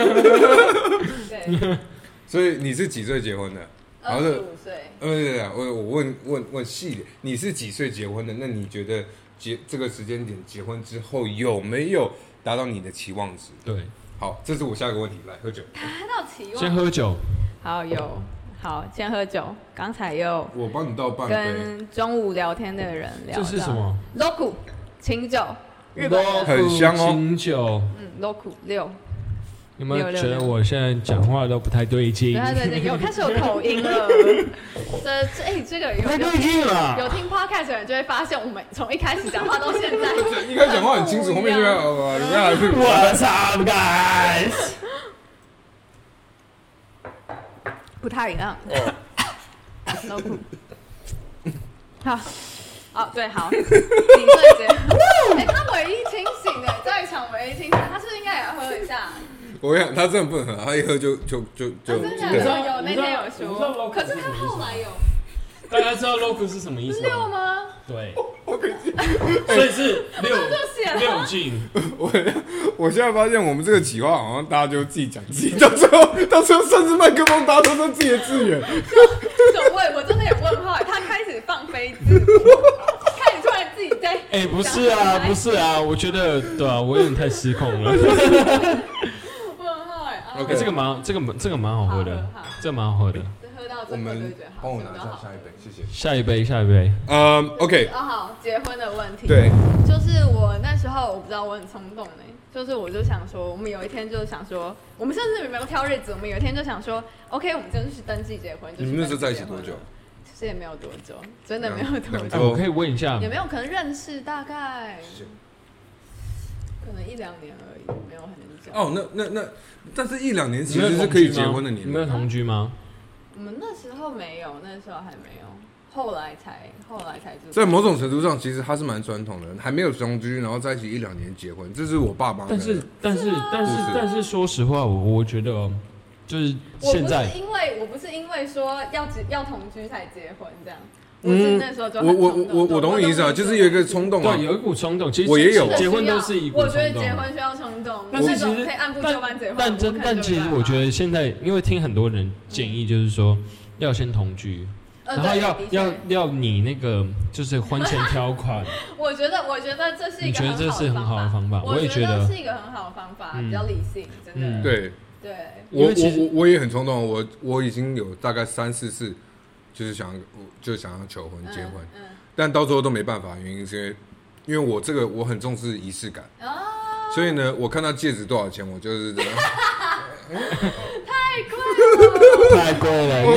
对。 所以你是几岁结婚的 ？25岁。 对，我问细点，你是几岁结婚的？那你觉得这个时间点结婚之后有没有达到你的期望值？ 对， 好，这是我下一个问题，来喝酒。 达到期望？ 先喝酒。 好，先喝酒。刚才又我帮你倒半杯。 跟中午聊天的人聊。 这是什么 ？Roku 清酒，日本人很香哦。 清酒。 Roku 6。 有没有觉得我现在讲话都不太对劲？ 对，有开始有口音了。这个太对劲了。 有听 podcast 的人就会发现，我们从一开始讲话到现在， 一开始讲话很清楚，后面就 What's up, guys？ 不太一样。No cool。好，对，好。你最结婚。他唯一清醒的，在场唯一清醒，他是不是应该也要喝一下？ 我想他真的不能喝，他一喝就。 真的有那天有说，可是他后来有。 大家知道 logo 是什么意思 6 吗？ 吗？ 对，所以是6进。 我现在发现我们这个企划好像大家就自己讲自己，到最后甚至麦克风大家都是自己的资源。 我真的有问号，他开始放飞自我，开始突然自己在。 不是啊，我觉得对啊，我有点太失控了。 问号 OK， 这个蛮好喝的，这蛮好喝的。 喝到我们帮我拿一下下一杯，谢谢。 下一杯。 OK。 好，结婚的问题。 对， 就是我那时候我不知道我很冲动就是我就想说，我们有一天就想说，我们甚至没有挑日子，我们有一天就想说 ，OK， 我们真的是登记结婚。 你们那时候在一起多久？ 其实也没有多久，真的没有多久。 我可以问一下， 也没有，可能认识大概可能1-2年而已，没有很久。 那，但是1-2年其实是可以结婚的年龄。 你们有同居吗？ 我们那时候没有，那时候还没有，后来才在某种程度上，其实他是蛮传统的，还没有同居，然后在一起1-2年结婚，这是我爸妈的。 但是说实话，我觉得就是现在， 我不是因为说要同居才结婚这样。我是那时候就我懂你意思啊，就是有一个冲动啊， 对，有一股冲动。其实我也有结婚都是一股冲动。 我觉得结婚需要冲动， 但是其实可以按部就班结婚。 但其实我觉得现在，因为听很多人建议，就是说要先同居，然后要你那个就是婚前条款。 我觉得这是一个很好的方法， 我也觉得是一个很好的方法，比较理性，真的。 对，我也很冲动，我已经有大概3-4次。就是想要求婚结婚，但到最后都没办法，原因是因为我很重视仪式感，所以呢，我看到戒指多少钱，我就是这样。 太贵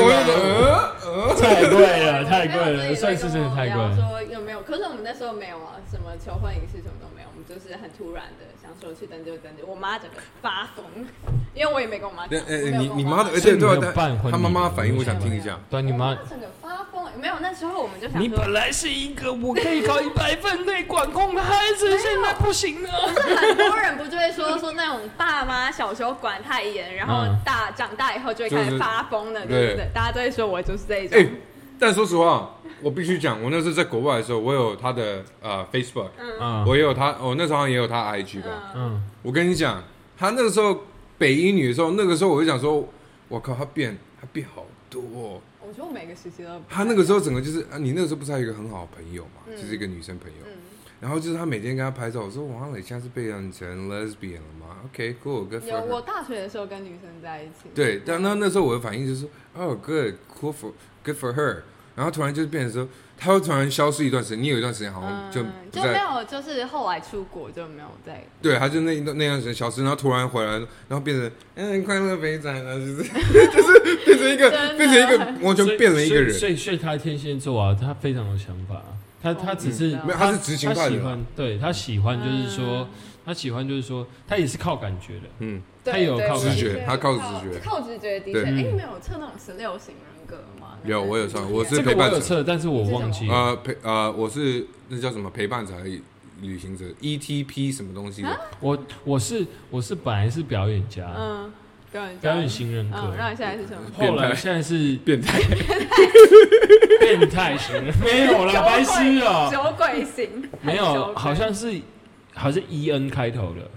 了，算是真的太贵了。 说有没有？可是我们那时候没有啊，什么求婚仪式什么都没有，我们就是很突然的想说去登记就登记。我妈整个发疯，因为我也没跟我妈讲。 你妈的，对，她妈妈反应我想听一下。 对，你妈整个发疯，没有那时候我们就想说， 你本来是一个我可以考100分内管控的孩子，现在不行了。 很多人不就会说那种爸妈小时候管太严，然后长大以后就会开始发疯了，对不对？大家都会说我就是这一种。 但说实话，我必须讲，我那时候在国外的时候，我有他的Facebook，我也有他，我那时候也有他 IG 吧。我跟你讲，他那个时候北一女的时候，那个时候我就想说，我靠，他变好多哦。 我觉得我每个时期都。 他那个时候整个就是你那个时候不是还有一个很好的朋友嘛，就是一个女生朋友。然后就是他每天跟他拍照，我说哇，你现在是被认成 lesbian 了吗 ？OK cool，good for her。 有，我大学的时候跟女生在一起。 对，但那时候我的反应就是哦 good for her。然后突然就变成说，他会突然消失一段时间，你有一段时间好像就没有，就是后来出国就没有再。 对，他就那段时间消失，然后突然回来，然后变成快乐肥仔了，就是变成一个完全变了一个人。 所以他天蝎座啊，他非常有想法。他只是没有，他是执行派的。 对，他喜欢就是说，他也是靠感觉的。他也有靠直觉，他靠直觉。 靠直觉的确。你没有测那种16型人格吗？ 有，我有测，我是陪伴者。 我有测，但是我忘记了。 我是那叫什么陪伴者旅行者 ，ETP 什么东西的？ 我是本来是表演家。表演型人格。 然后现在是什么？ 后来现在是变态。 变态型的没有啦，白痴啊！ 酒鬼型没有，好像是 EN 开头的。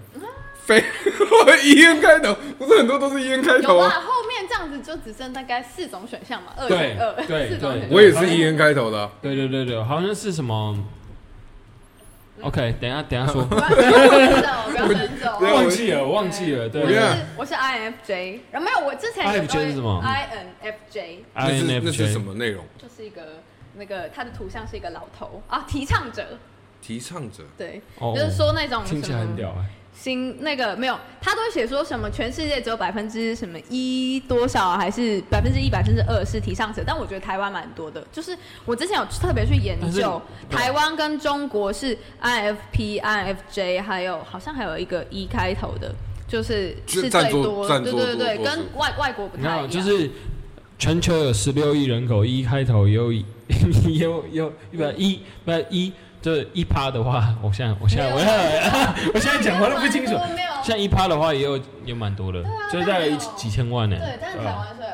EN 开头，不是很多都是 EN 开头啊。 后面这样子就只剩大概4种选项嘛，2 选 2， 对， 我也是 EN 开头的。 对，好像是什么。OK， 等一下说。 不要伸手， 我忘记了。对， 我是 INFJ， 然后没有，我之前 INFJ 是什么 ？INFJ， 那是什么内容？ 就是一个那个他的图像是一个老头啊，提倡者。对，就是说那种听起来很屌哎。 那个没有，他都会写说什么全世界只有1%多少，还是1%、2%是提倡者，但我觉得台湾蛮多的。就是我之前有特别去研究，台湾跟中国是 INFP、INFJ， 好像还有一个E 开头的，是最多。对，跟外国不太一样。 就是全球有16亿人口，E 开头有100就1%的话，我现在讲话都不清楚。像1%的话也蛮多的，就大概几千万呢。 对，但是台湾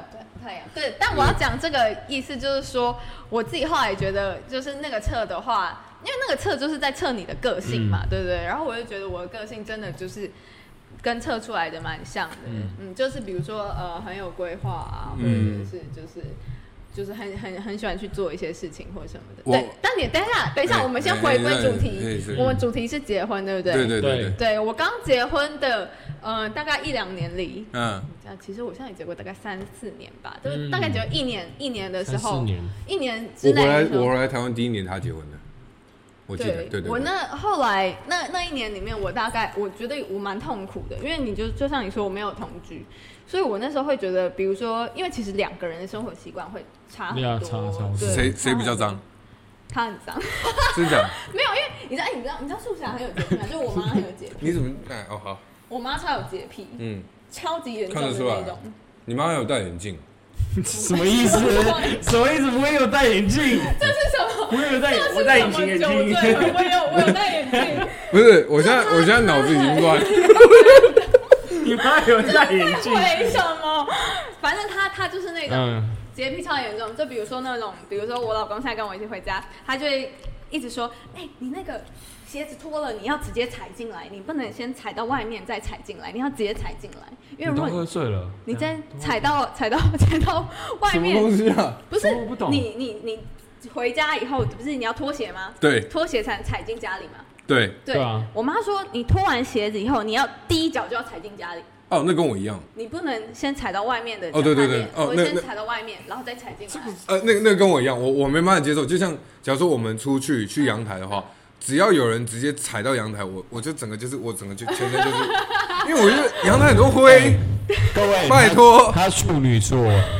太一样。对，但我要讲这个意思就是说，我自己后来觉得，就是那个测的话，因为那个测就是在测你的个性嘛，对不对？然后我就觉得我的个性真的就是跟测出来的蛮像的，就是比如说很有规划啊，或者是就是很喜欢去做一些事情或者什么的。对，但你等一下，我们先回归主题。我们主题是结婚，对不对？ 对。 对，我刚结婚的，大概1-2年里，其实我现在也结过大概3-4年吧，就是大概只有一年的时候，1年之内。 我回来台湾第1年他结婚的，我记得。对。 我后来那1年里面，我觉得我蛮痛苦的，因为就像你说，我没有同居。所以我那时候会觉得，比如说，因为其实2个人的生活习惯会差很多。 谁比较脏？ 他很脏。 真的？ 没有，因为你知道素霞很有洁癖吗？就我妈很有洁癖。 你怎么？好。 我妈超有洁癖，超级严重的那种。 你妈有戴眼镜？ 什么意思？什么意思？不会有戴眼镜？ 这是什么？ 我有戴隐形眼镜。 我有戴眼镜。 不是，我现在脑子已经乱。 你妈有戴眼镜？ 为什么？反正他就是那种洁癖超严重。就比如说我老公现在跟我一起回家，他就会一直说：“你那个鞋子脱了，你要直接踩进来，你不能先踩到外面再踩进来，你要直接踩进来。因为如果你都喝醉了， 你再踩到外面， 什么东西啊？ 不是， 我不懂。 你回家以后不是你要脱鞋吗？ 对， 脱鞋才能踩进家里嘛。” 对啊， 我妈说你脱完鞋子以后，你要第一脚就要踩进家里。 哦，那跟我一样。 你不能先踩到外面的。 对， 我先踩到外面，然后再踩进来。 那跟我一样，我没办法接受。就像假如说我们出去阳台的话，只要有人直接踩到阳台，我就整个就全身就是，因为我觉得阳台很多灰。 各位， 拜托， 他处女座。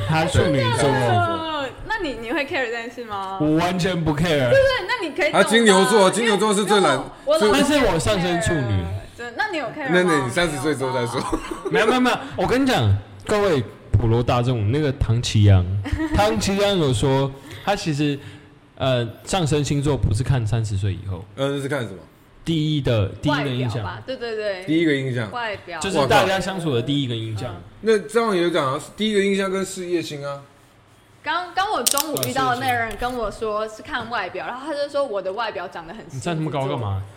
那你会 care 这件事吗？ 我完全不 care。 对，那你可以。 他金牛座是最懒。 但是我上升处女。 那你有 care 吗？ 那你30岁之后再说。 没有，我跟你讲，各位普罗大众，那个唐奇阳有说，他其实上升星座不是看30岁以后， 是看什么？ 第一个印象吧。 对。 第一个印象， 外表就是大家相处的第一个印象。 那这样也讲第一个印象跟事业心啊。 刚我中午遇到的那个人跟我说是看外表，然后他就说我的外表长得很。 你站那么高干嘛？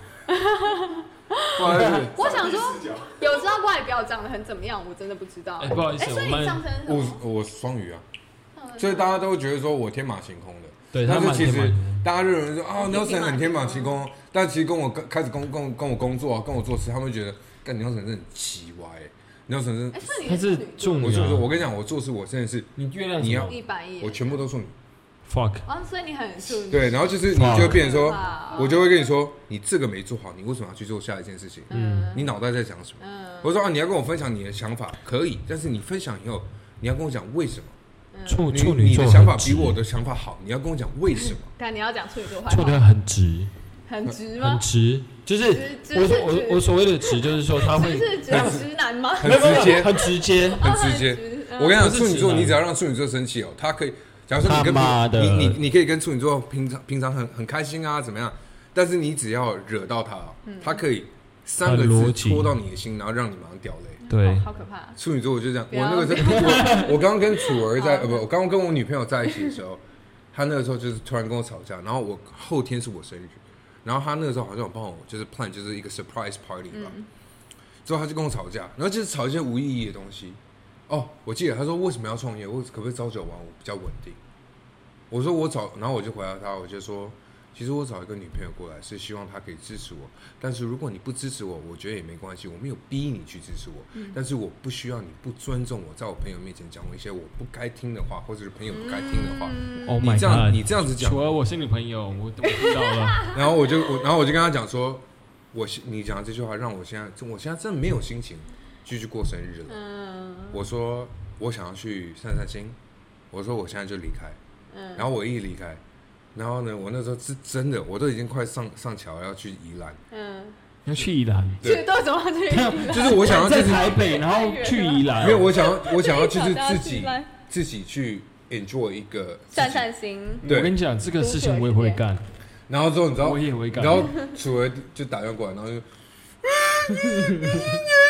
我想说，有知道外表长得很怎么样？我真的不知道。 不好意思， 所以你上升什么？ 我双鱼啊，所以大家都觉得说我天马行空的。 对， 但是其实大家认为说Nelson 很天马行空，但其实跟我开始跟我工作啊，跟我做事，他们觉得干Nelson真的很奇怪。Nelson 他是处女啊。 我跟你讲，我做事我真的是你月亮你要 110， 我全部都处女。 fuck。 所以你很处女。 对，然后就是你就会变成说，我就会跟你说，你这个没做好，你为什么要去做下一件事情？你脑袋在想什么？我说你要跟我分享你的想法可以，但是你分享以后，你要跟我讲为什么？ 处女座你的想法比我的想法好，你要跟我讲为什么？ 但你要讲处女座坏话。 处女很直。 很直吗？ 很直，就是我所谓的直，就是说他会是直男吗？ 很直接， 很直接。 我跟你讲，处女座，你只要让处女座生气他可以，假如说你跟你可以跟处女座平常很开心啊，怎么样？但是你只要惹到他可以3个字戳到你的心，然后让你马上掉泪。 对， 好可怕。 处女座我就这样，我刚刚跟楚儿我刚刚跟我女朋友在一起的时候，她那个时候就是突然跟我吵架，然后我后天是我生日。然后他那个时候好像有帮我就是 plan 就是一个 surprise party 吧，之后他就跟我吵架，然后就是吵一些无意义的东西。我记得他说为什么要创业，我可不可以朝九晚五比较稳定？我说然后我就回答他，我就说其实我找一个女朋友过来是希望她可以支持我，但是如果你不支持我，我觉得也没关系，我没有逼你去支持我，但是我不需要你不尊重我，在我朋友面前讲我一些我不该听的话，或者是朋友不该听的话。 Oh my god！ 你这样子讲， 除了我是你朋友，我知道了。 然后我就跟他讲说，你讲的这句话让我现在真的没有心情继续过生日了。我说我想要去散心，我说我现在就离开。然后我一离开。然后呢，我那时候是真的，我都已经快上桥要去宜兰。 要去宜兰？ 对，都怎么去宜兰？ 就是我想要在台北，然后去宜兰。 没有，我想要就是自己去 enjoy 一个散心。 我跟你讲，这个事情我也会干。 然后之后你知道， 我也会干。 然后楚儿就打电话过来，然后就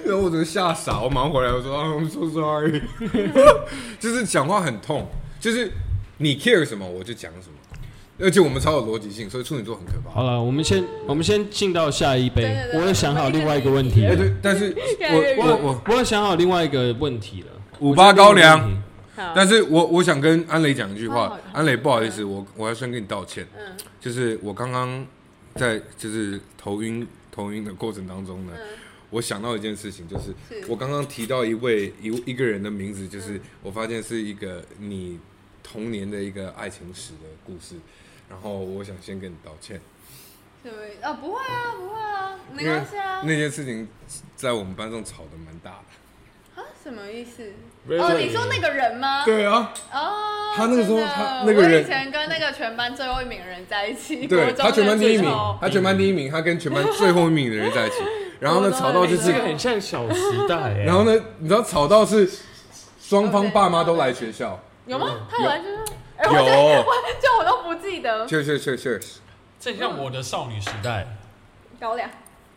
然后我整个吓傻，我马上回来我说I'm so sorry， 就是讲话很痛，就是你 care 什么我就讲什么。而且我们超有逻辑性，所以处女座很可怕。 好了，我们先进到下一杯。 对我有想好另外一个问题了。 对，但是我有想好另外一个问题了。 58高粱。但是我想跟安磊讲一句话，安磊不好意思，我要先跟你道歉。就是我刚刚在就是头晕的过程当中呢，我想到一件事情，就是我刚刚提到一个人的名字，就是我发现是一个你童年的一个爱情史的故事。然后我想先跟你道歉。 不会啊，没关系啊。 那件事情在我们班上吵得蛮大的。 什么意思？ 哦， 你说那个人吗？ 对啊。 哦。 他那个时候他那个人， 我以前跟那个全班最后一名的人在一起。 对，他全班第一名，他跟全班最后一名的人在一起。然后呢，吵到就是这个很像小时代。 然后呢，你知道吵到是双方爸妈都来学校。 有吗？他有来学校？ 有， 就我都不记得。 确实， 这很像我的少女时代。 高粱，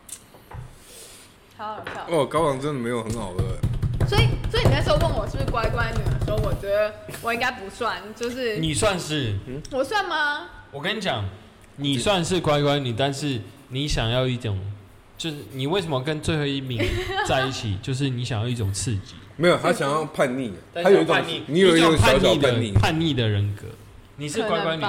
好好笑。 哦，高粱真的没有很好喝。 所以你那时候问我是不是乖乖女的时候，我觉得我应该不算，就是你算是， 我算吗？ 我跟你讲，你算是乖乖女，但是你想要一种，就是你为什么跟最后一名在一起，就是你想要一种刺激。 没有，他想要叛逆，他有一种你有一种小小叛逆的人格，你是乖乖女，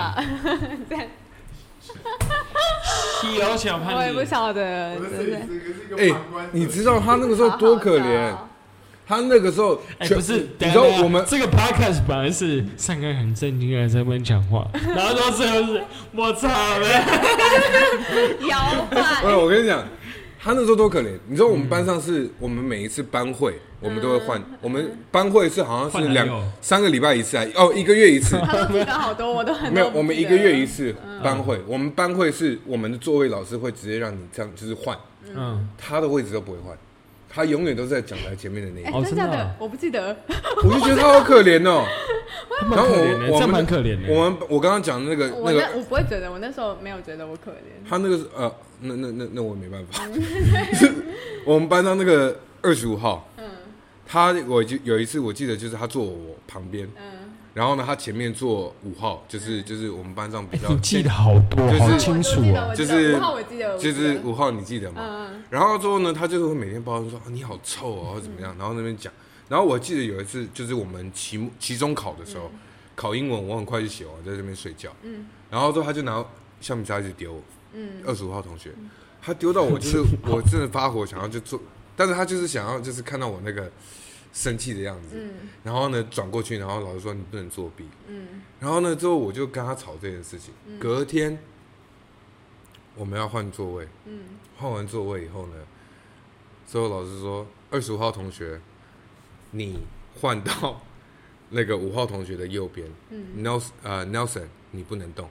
小小叛逆， 我也不晓得。 你知道他那个时候多可怜？他那个时候， 不是， 你知道我们这个 podcast 本来是三个很正经的人在那边讲话，然后到最后是我操嘞， 摇摆。 我跟你讲。他那时候多可怜，你知道我们班上是我们每一次班会，我们都会换。我们班会是好像是3个礼拜一次1个月一次。 他都记得好多，我都很没有。我们1个月一次班会，我们班会是我们的座位老师会直接让你这样就是换，他的位置都不会换，他永远都在讲台前面的那一个。 真的？我不记得。 我就觉得他好可怜哦。 然后我蛮可怜的。 我刚刚讲的那个我不会觉得，我那时候没有觉得我可怜。 他那个那我没办法。我们班上那个25号，我有一次我记得就是他坐我旁边，然后呢他前面坐5号，就是我们班上比较你记得好多，好清楚哦。 就是5号我记得， 就是5号你记得吗？然后之后呢他就会每天抱怨说你好臭哦，或者怎么样，然后那边讲。然后我记得有一次就是我们期中考的时候，考英文我很快就写完，在这边睡觉。然后之后他就拿橡皮擦一直丢我，25号同学，他丢到我就是我真的发火，想要就做，但是他就是想要就是看到我那个生气的样子，然后呢转过去，然后老师说你不能作弊，然后呢之后我就跟他吵这件事情。隔天我们要换座位，换完座位以后呢，之后老师说25号同学。你换到那个5号同学的右边，Nelson， 你不能动。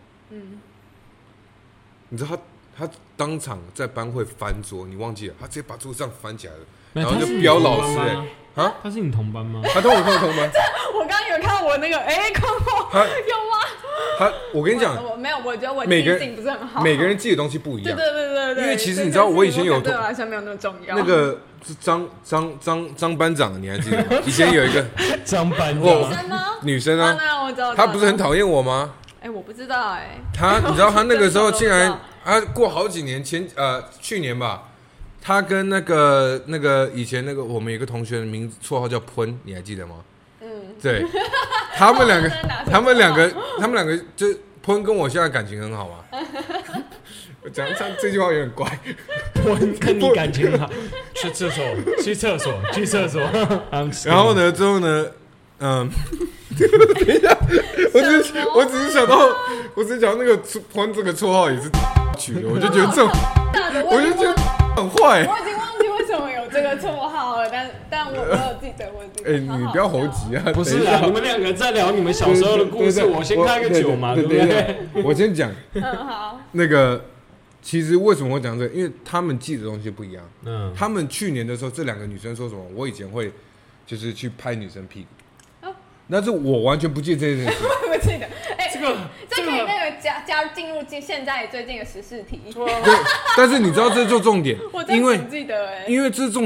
你知道他当场在班会翻桌，你忘记了？他直接把桌上翻起来了，然后就飙老师他是你同班吗？ 他跟我同班。 我刚刚有看到我那个看过，有吗？ 我跟你讲， 我没有，我觉得我记性不是很好。 每个人记的东西不一样。 对。 因为其实你知道，我以前有对我来说没有那么重要。 那个是张班长，你还记得吗？以前有一个张班长， 女生吗？ 女生啊， 那我知道。 她不是很讨厌我吗？ 我不知道你知道她那个时候竟然过好几年去年吧，她跟那个以前那个我们有个同学的名字绰号叫喷，你还记得吗？对，他们两个就喷跟我现在感情很好嘛。讲这句话有点怪。 喷跟你感情好，去厕所。 然后呢，之后呢，等一下，我只是想到那个喷这个绰号也是取的，我就觉得这种，我就觉得很坏。 我已经忘记为什么有这个绰号了，但我有记得， 你不要猴急啊！ 不是啊，你们2个在聊你们小时候的故事，我先开个酒嘛，对不对？ 我先讲。 好。 那个，其实为什么我讲这个？因为他们记的东西不一样。他们去年的时候，这2个女生说什么？我以前会就是去拍女生屁股。但是我完全不记得这件事。 不记得。这可以那个加入进入现在最近的时事题。 对，但是你知道这就重点， 我真的不记得因为这是重点。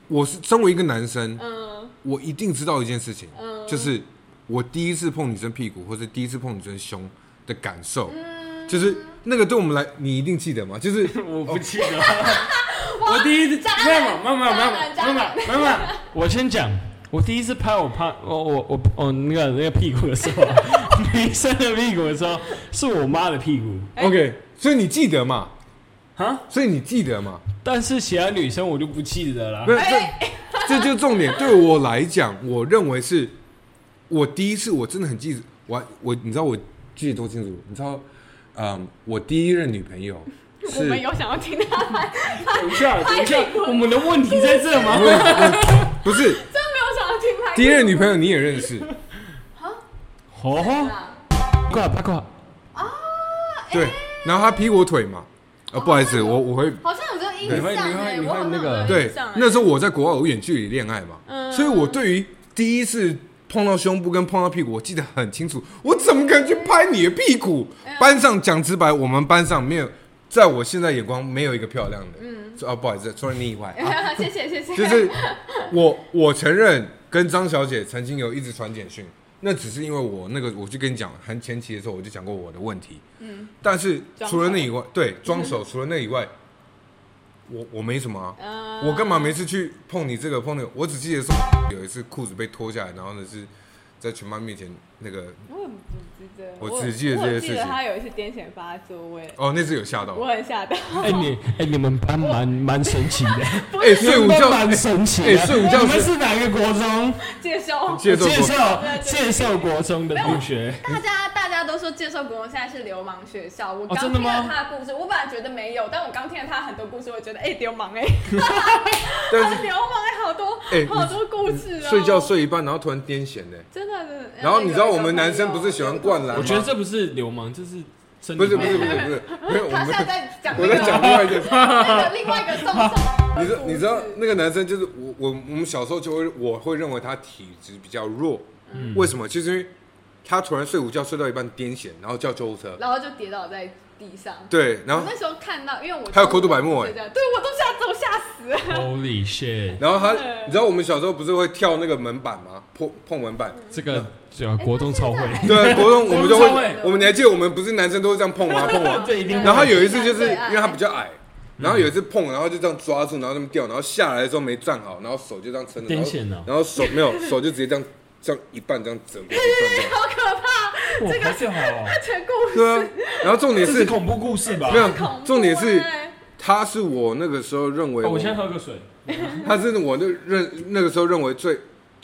我是身为一个男生，我一定知道一件事情，就是我第一次碰女生屁股或者第一次碰女生胸的感受，就是那个对我们来，你一定记得吗？就是我不记得，我第一次妈妈，我先讲，我第一次拍我那个屁股的时候，女生的屁股的时候，是我妈的屁股。 OK， 所以你记得嘛？ 啊？ 所以你记得嘛？但是其他女生我就不记得了。 不是，这就是重点。对我来讲，我认为是我第一次，我真的很记得。你知道我记得多清楚？你知道，我第一任女朋友。 我们有想要听他等一下，我们的问题在这吗？ 不是，真没有想要听他。 第一任女朋友你也认识？ 八卦啊！ 对，然后他劈我腿嘛。不好意思，我会好像有这个印象你会那个对，那时候我在国外有远距离恋爱嘛，所以我对于第一次碰到胸部跟碰到屁股，我记得很清楚。我怎么可能去拍你的屁股？班上讲直白，我们班上没有，在我现在眼光没有一个漂亮的。不好意思，除了你以外， 谢谢。 就是我承认跟张小姐曾经有一直传简讯。那只是因为我就跟你讲，很前期的时候我就讲过我的问题，但是除了那以外，对，装熟，除了那以外，我没什么啊，我干嘛每次去碰你这个碰那个？我只记得说有一次裤子被脱下来，然后呢是在全班面前那个，我只记得这些事情。 我记得他有一次癫痫发作， 那次有吓到， 我很吓到。 你们班蛮神奇的， 睡午觉蛮神奇的。 睡午觉你们是哪一个国中？介绍国中的入学。 大家都说介绍国中现在是流氓学校。我刚听了他的故事，我本来觉得没有，但我刚听了他很多故事，我觉得流氓他是流氓好多故事哦。 睡觉睡一半，然后突然癫痫的， 真的。 然后你知道我们男生不是喜欢灌篮吗？ 我觉得这不是流氓，这是不是， 他现在在讲我在讲另外一个另外一个宋。 你知道那个男生就是我们小时候我会认为他体质比较弱，为什么？其实因为他突然睡午觉睡到一半癫痫，然后叫救护车， 然后就跌倒在地上。 对，然后我那时候看到，因为我还有口吐白沫对，我都吓死了。 Holy shit！ 然后你知道我们小时候不是会跳那个门板吗？碰门板， 这个国中超会。 对，国中我们就会，你还记得我们不是男生都会这样碰吗？碰完，然后他有一次就是因为他比较矮。然后有一次碰，然后就这样抓住，然后那么掉，然后下来的时候没站好，然后手就这样撑着，然后手没有，手就直接这样一半这样折过去， 好可怕！这个就好哦， 全故事。 对啊，然后重点是恐怖故事吧？ 没有，重点是他是我那个时候认为， 我先喝个水。 他是我那个时候认为最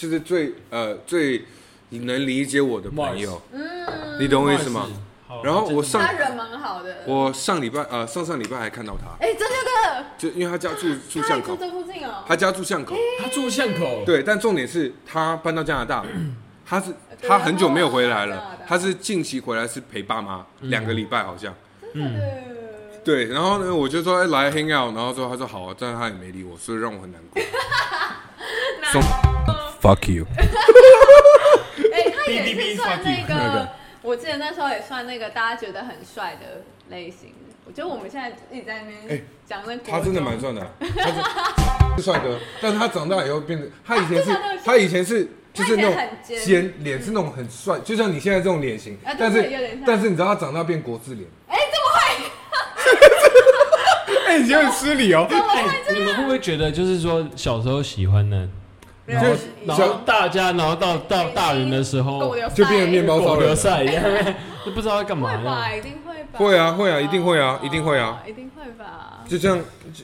能理解我的朋友，你懂我意思吗？然后他人蛮好的。 我上礼拜还看到他。 真的？ 就因为他家住巷口。 他住这附近哦。 他家住巷口。 他住巷口。 对，但重点是他搬到加拿大，他很久没有回来了。他是近期回来是陪爸妈2个礼拜好像。对，然后呢，我就说来 hang out， 然后他说好，但是他也没理我，所以让我很难过。So fuck you。 他也是算那个。我记得那时候也算那个大家觉得很帅的类型。我觉得我们现在一直在那边讲那他真的蛮帅的，他是帅哥，但是他长大以后变成他以前是就是那种尖脸是那种很帅，就像你现在这种脸型，但是你知道他长大变国字脸。 怎么会？你觉得很失礼哦。 你们会不会觉得就是说小时候喜欢呢？然后大家，然后到大人的时候， 就变成面包超人赛一样，都不知道要干嘛。 会吧，一定会吧。 会啊，一定会啊，一定会啊， 一定会吧。 就像，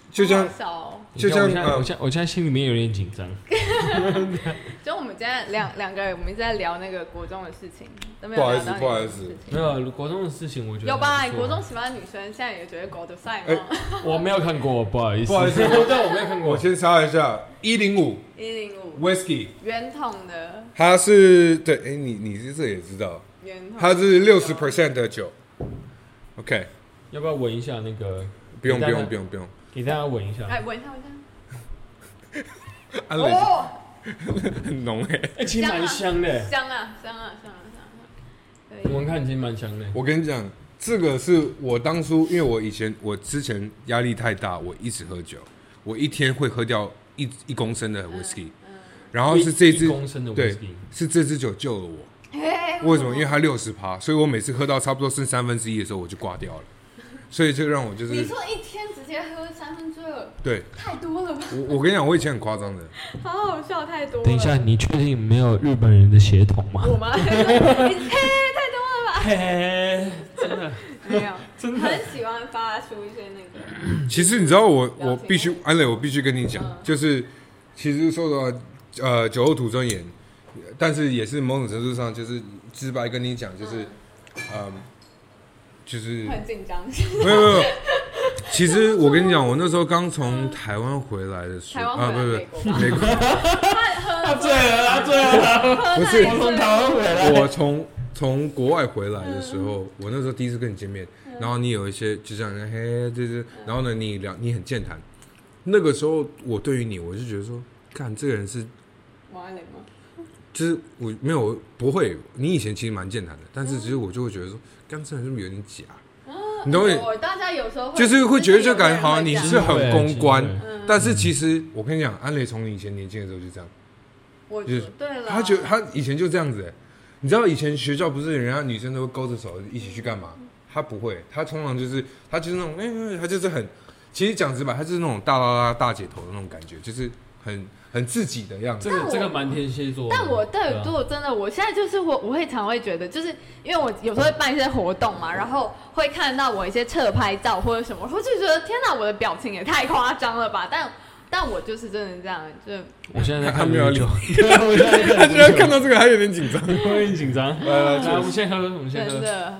我现在心里面有点紧张。 就我们今天两个人，我们一直在聊那个国中的事情，都没有聊到不好意思， 没有国中的事情，我觉得有吧？国中喜欢的女生，现在也觉得狗的赛吗？ 我没有看过，不好意思， 但我没有看过。我先查一下，105 Whisky 圆筒的， 它是对，你这也知道，它是60% 的酒。OK， 要不要闻一下那个？ 不用， 给大家闻一下。 闻一下。 很浓其实蛮香的。 香啊！ 闻看其实蛮香的。 我跟你讲，这个是我当初，因为我之前压力太大，我一直喝酒，我一天会喝掉 1公升的 whisky，然后是这支 1公升的 whisky， 对，是这支酒救了我。为什么？因为它60%，所以我每次喝到差不多剩1/3的时候我就挂掉了，所以就让我就是你说一天直接喝2/3， 对， 太多了吧？ 我跟你讲，我以前很夸张的， 好好笑，太多了。 等一下，你确定没有日本人的血统吗？ 我吗？太多了吧？ 嘿，真的没有， 真的很喜欢发出一些那个。 其实你知道我必须安磊，我必须跟你讲，就是其实说的话，酒后吐真言，但是也是某种程度上就是直白跟你讲，就是就是很紧张。 没有。其实我跟你讲，我那时候刚从台湾回来的时候啊，不美国， 他醉了， 不是我从台湾回来， 我从国外回来的时候，我那时候第一次跟你见面，然后你有一些就这样嘿，就是然后呢你很健谈，那个时候我对于你，我就觉得说，看这个人是王安磊吗？ 就是我没有不会，你以前其实蛮健谈的，但是其实我就会觉得说，刚这人是不是有点假？你懂我？ 大家有时候就是会觉得就感觉好像你是很公关，但是其实我跟你讲，安磊从你以前年轻的时候就这样， 我就是对了， 他以前就这样子，你知道以前学校不是人家女生都会勾着手一起去干嘛？他不会，他通常就是他就是那种他就是很，其实讲直白，他就是那种大姐头的那种感觉，就是很自己的样子。 这个蛮天蝎座。 但我如果真的，我现在就是我会常会觉得，就是因为我有时候会办一些活动嘛，然后会看到我一些侧拍照或者什么，我就觉得天哪，我的表情也太夸张了吧！但我就是真的这样，就我现在在看没有酒， 他居然看到这个还有点紧张， 我有点紧张。来，我们先喝， 真的。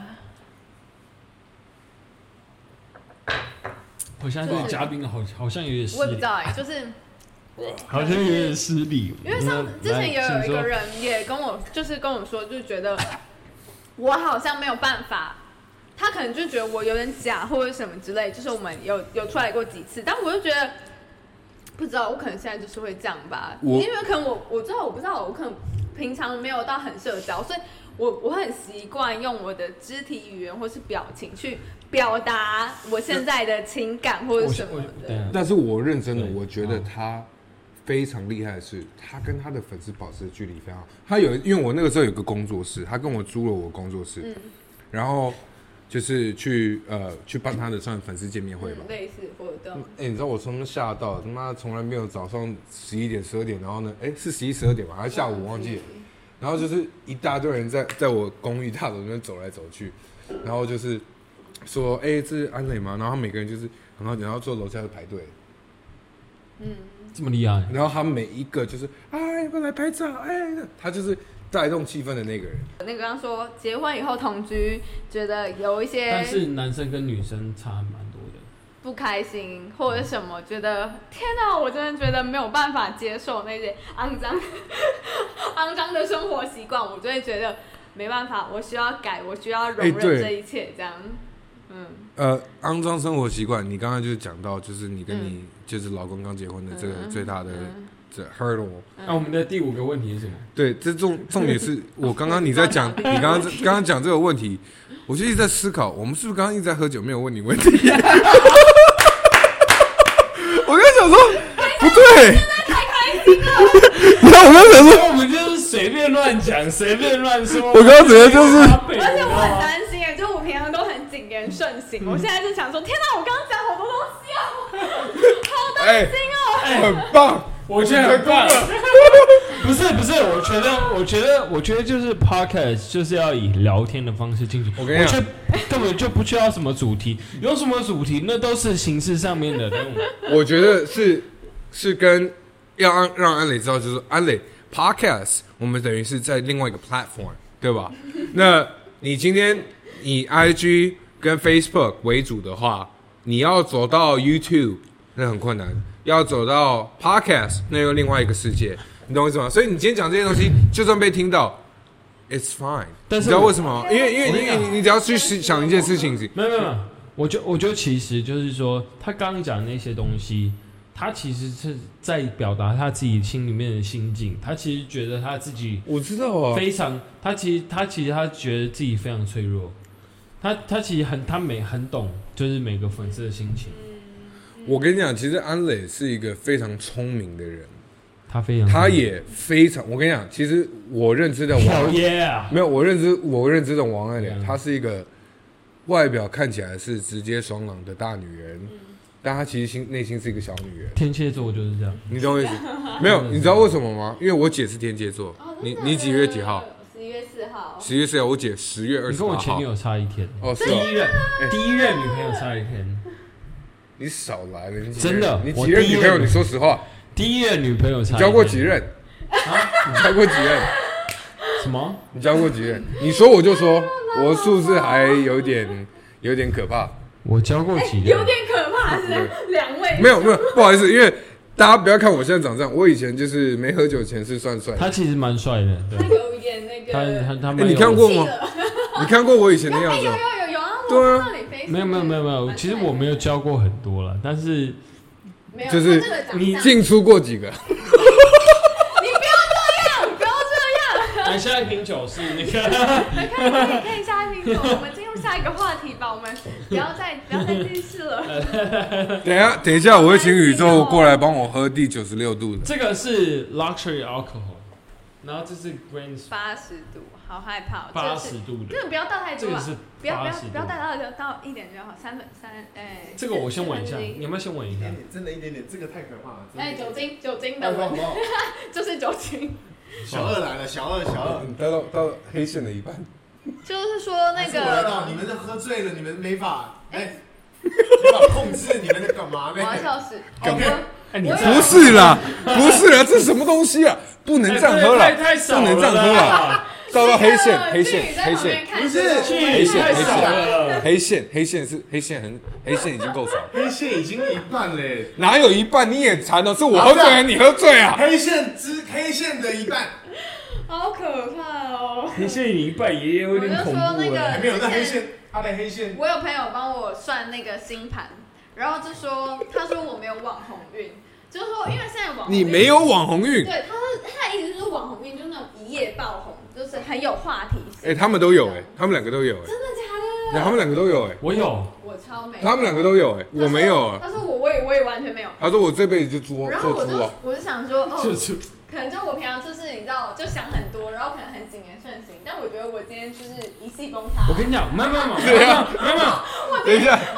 我现在对嘉宾好像有点失礼， 我也不知道就是。 好像有点失礼， 因为像之前也有一个人也跟我说，就觉得我好像没有办法，他可能就觉得我有点假或者什么之类，就是我们有出来过几次，但我就觉得不知道，我可能现在就是会这样吧，因为可能我不知道，我可能平常没有到很社交，所以我很习惯用我的肢体语言或是表情去表达我现在的情感或者什么的。 但是我认真的，我觉得他非常厉害的是，他跟他的粉丝保持的距离非常好。因为我那个时候有个工作室，他跟我租了我工作室，然后就是去办他的算粉丝见面会吧， 类似活动。 你知道我从那吓到，他妈从来没有早上11点12点，然后呢，是11、12点吧，还是下午我忘记了。然后就是一大堆人在我公寓大楼那边走来走去，然后就是说，这是安磊吗？然后每个人就是，然后坐楼下就排队。 这么厉害。 然后他每一个就是，要不要来拍照？他就是带动气氛的那个人。 那个刚刚说结婚以后同居，觉得有一些， 但是男生跟女生差蛮多的， 不开心或者什么，觉得天哪，我真的觉得没有办法接受那些肮脏的生活习惯，我就会觉得没办法，我需要改，我需要容忍这一切，这样。 肮脏生活习惯，你刚刚就是讲到，就是你跟你就是老公刚结婚的这个最大的这 hurdle。 那我们的第5个问题是什么？ 对，这重点是我刚刚你在讲，你刚刚讲这个问题，我就一直在思考，我们是不是刚刚一直在喝酒，没有问你问题？我刚想说不对， 太开心了。 你看我刚想说， 我们就是随便乱讲，随便乱说。 我刚刚觉得就是， 而且我很担心就我平常都很谨言慎行，我现在就想说，天哪，我刚刚讲好多东西哦，好担心哦。 很棒， 我觉得很棒。不是，我觉得就是 podcast 就是要以聊天的方式进行。我觉得根本就不需要什么主题，有什么主题那都是形式上面的。 我觉得是跟要让安磊知道，就是安磊 podcast 我们等于是在另外一个 platform， 对吧？那你今天以 IG 跟 Facebook 为主的话，你要走到 YouTube 那很困难，要走到 podcast 那又另外一个世界。你懂我意思吗？所以你今天讲这些东西，就算被听到 ，it's fine。但是你知道为什么？因为你只要去想一件事情， 没有，我觉得其实就是说，他刚刚讲的那些东西，他其实是在表达他自己心里面的心境。他其实觉得他自己， 我知道啊， 非常，他其实他觉得自己非常脆弱。他其实很懂，就是每个粉丝的心情。 我跟你讲，其实安磊是一个非常聪明的人， 他也非常，我跟你讲，其实我认知的没有我认知的王安磊，她是一个外表看起来是直接爽朗的大女人，但她其实内心是一个小女人。 天蝎座就是这样， 你懂我意思？没有，你知道为什么吗？因为我姐是天蝎座，你几月几号 ？11月4号。 10月4号，我姐10月28号。 你跟我前女友差一天。 哦，是第一任女朋友差一天。 你少来了， 真的？ 你几任女朋友？你说实话。 第一任女朋友差。 你交过几任？你交过几任？ 什么？ 你交过几任？你说我就说，我数字还有点可怕。 我交过几任？ 有点可怕，是2位。 没有，不好意思，因为大家不要看我现在长这样，我以前就是没喝酒前是算帅的。 他其实蛮帅的， 他有一点那个。 他你看过吗？你看过我以前的样子？ 有啊， 对啊。 没有，其实我没有交过很多了，但是就是你进出过几个？ 你不要这样！ 来下一瓶酒是那个。 可以下一瓶酒，我们进入下一个话题吧。我们不要再继续了。 等一下，我会请宇宙过来帮我喝第96度的。 这个是 luxury alcohol， 然后这是 grains 80度，好害怕。 80度的， 这个不要倒太多，不要倒到1点就好，3， 这个我先闻一下，你要不要先闻一下？ 真的一点点，这个太可怕了。 酒精的闻，就是酒精。 小二来了，小二， 你到黑线的一半。 就是说那个， 你们是喝醉了，你们没法控制你们在干嘛？ 我要笑死。 不是啦，这是什么东西啊？不能这样喝了，不能这样喝了。到黑线，不是黑线已经够少， 黑线已经一半嘞， 哪有一半？你也馋了，是我喝醉还是你喝醉啊？ 黑线的一半， 好可怕哦！ 黑线一半也有点恐怖了， 还没有那黑线，他的黑线。 我有朋友帮我算那个星盘，然后他说我没有网红运。就是说，因为现在网红你没有网红运， 对，他的意思就是网红运就是那种一夜爆红，就是很有话题性。 他们都有他们两个都有真的假的？ 他们两个都有我有， 我超没。 他们两个都有我没有啊。 他说我也完全没有。 他说我这辈子就做猪啊。 我就想说可能就我平常就是你知道就想很多，然后可能很谨言慎行，但我觉得我今天就是一气崩塌。 我跟你讲，没有， 等一下，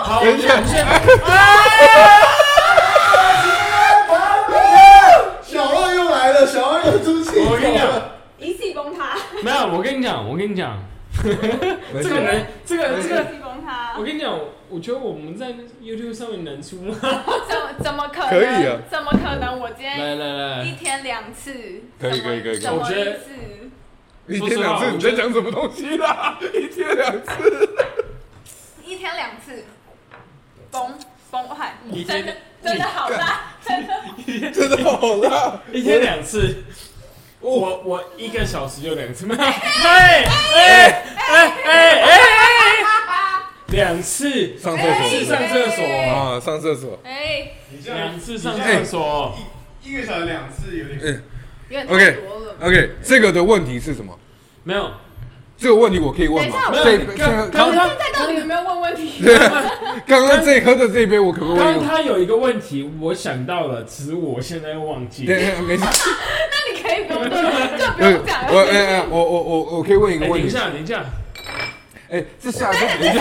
小二又来了，小二又出气。 我跟你讲， 一气崩塌。 没有，我跟你讲，这个一气崩塌。 我跟你讲，我觉得我们在 YouTube 上面能出吗？ 怎么可能？ 可以啊。 怎么可能？我今天来 1天2次。 可以。 我觉得 1天2次，你在讲什么东西啦？1天2次。 1天2次。崩坏，真的好辣， 真的好辣 ！1天2次，我1个小时就2次，2次上厕所啊，上厕所 ，2次上厕所 ，1个小时2次有点 ，OK， 这个的问题是什么？ 没有。 这个问题我可以问吗？ 刚到底有没有问问题？ 刚刚这喝的这杯我可不可以问？ 刚他有一个问题，我想到了，只是我现在又忘记了。 没事。 那你可以不用就不用讲。 我可以问一个问题。 等一下。 这下就没有，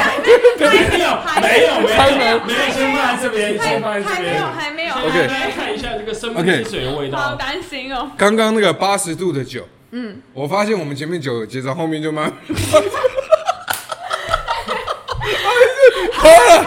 先放在这边， 还没有。 OK， 来看一下这个生命之水的味道。 好担心哦。 刚刚那个80度的酒。我发现我们前面酒有结账，后面就慢。喝了。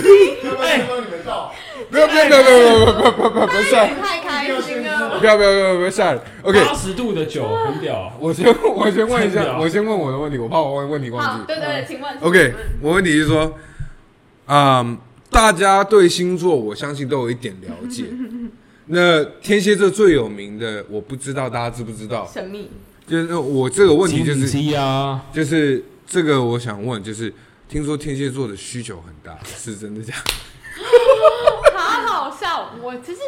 不要下来！ 太开心了！ 不要下来 ！OK， 80度的酒很屌。 我先问一下，我先问我的问题，我怕我问题忘记。对，请问。 OK， 我问题是说，大家对星座我相信都有一点了解。那天蝎座最有名的，我不知道大家知不知道？ 神秘。就是我这个问题就是就是这个我想问，就是听说天蝎座的需求很大，是真的假的？ 好好笑！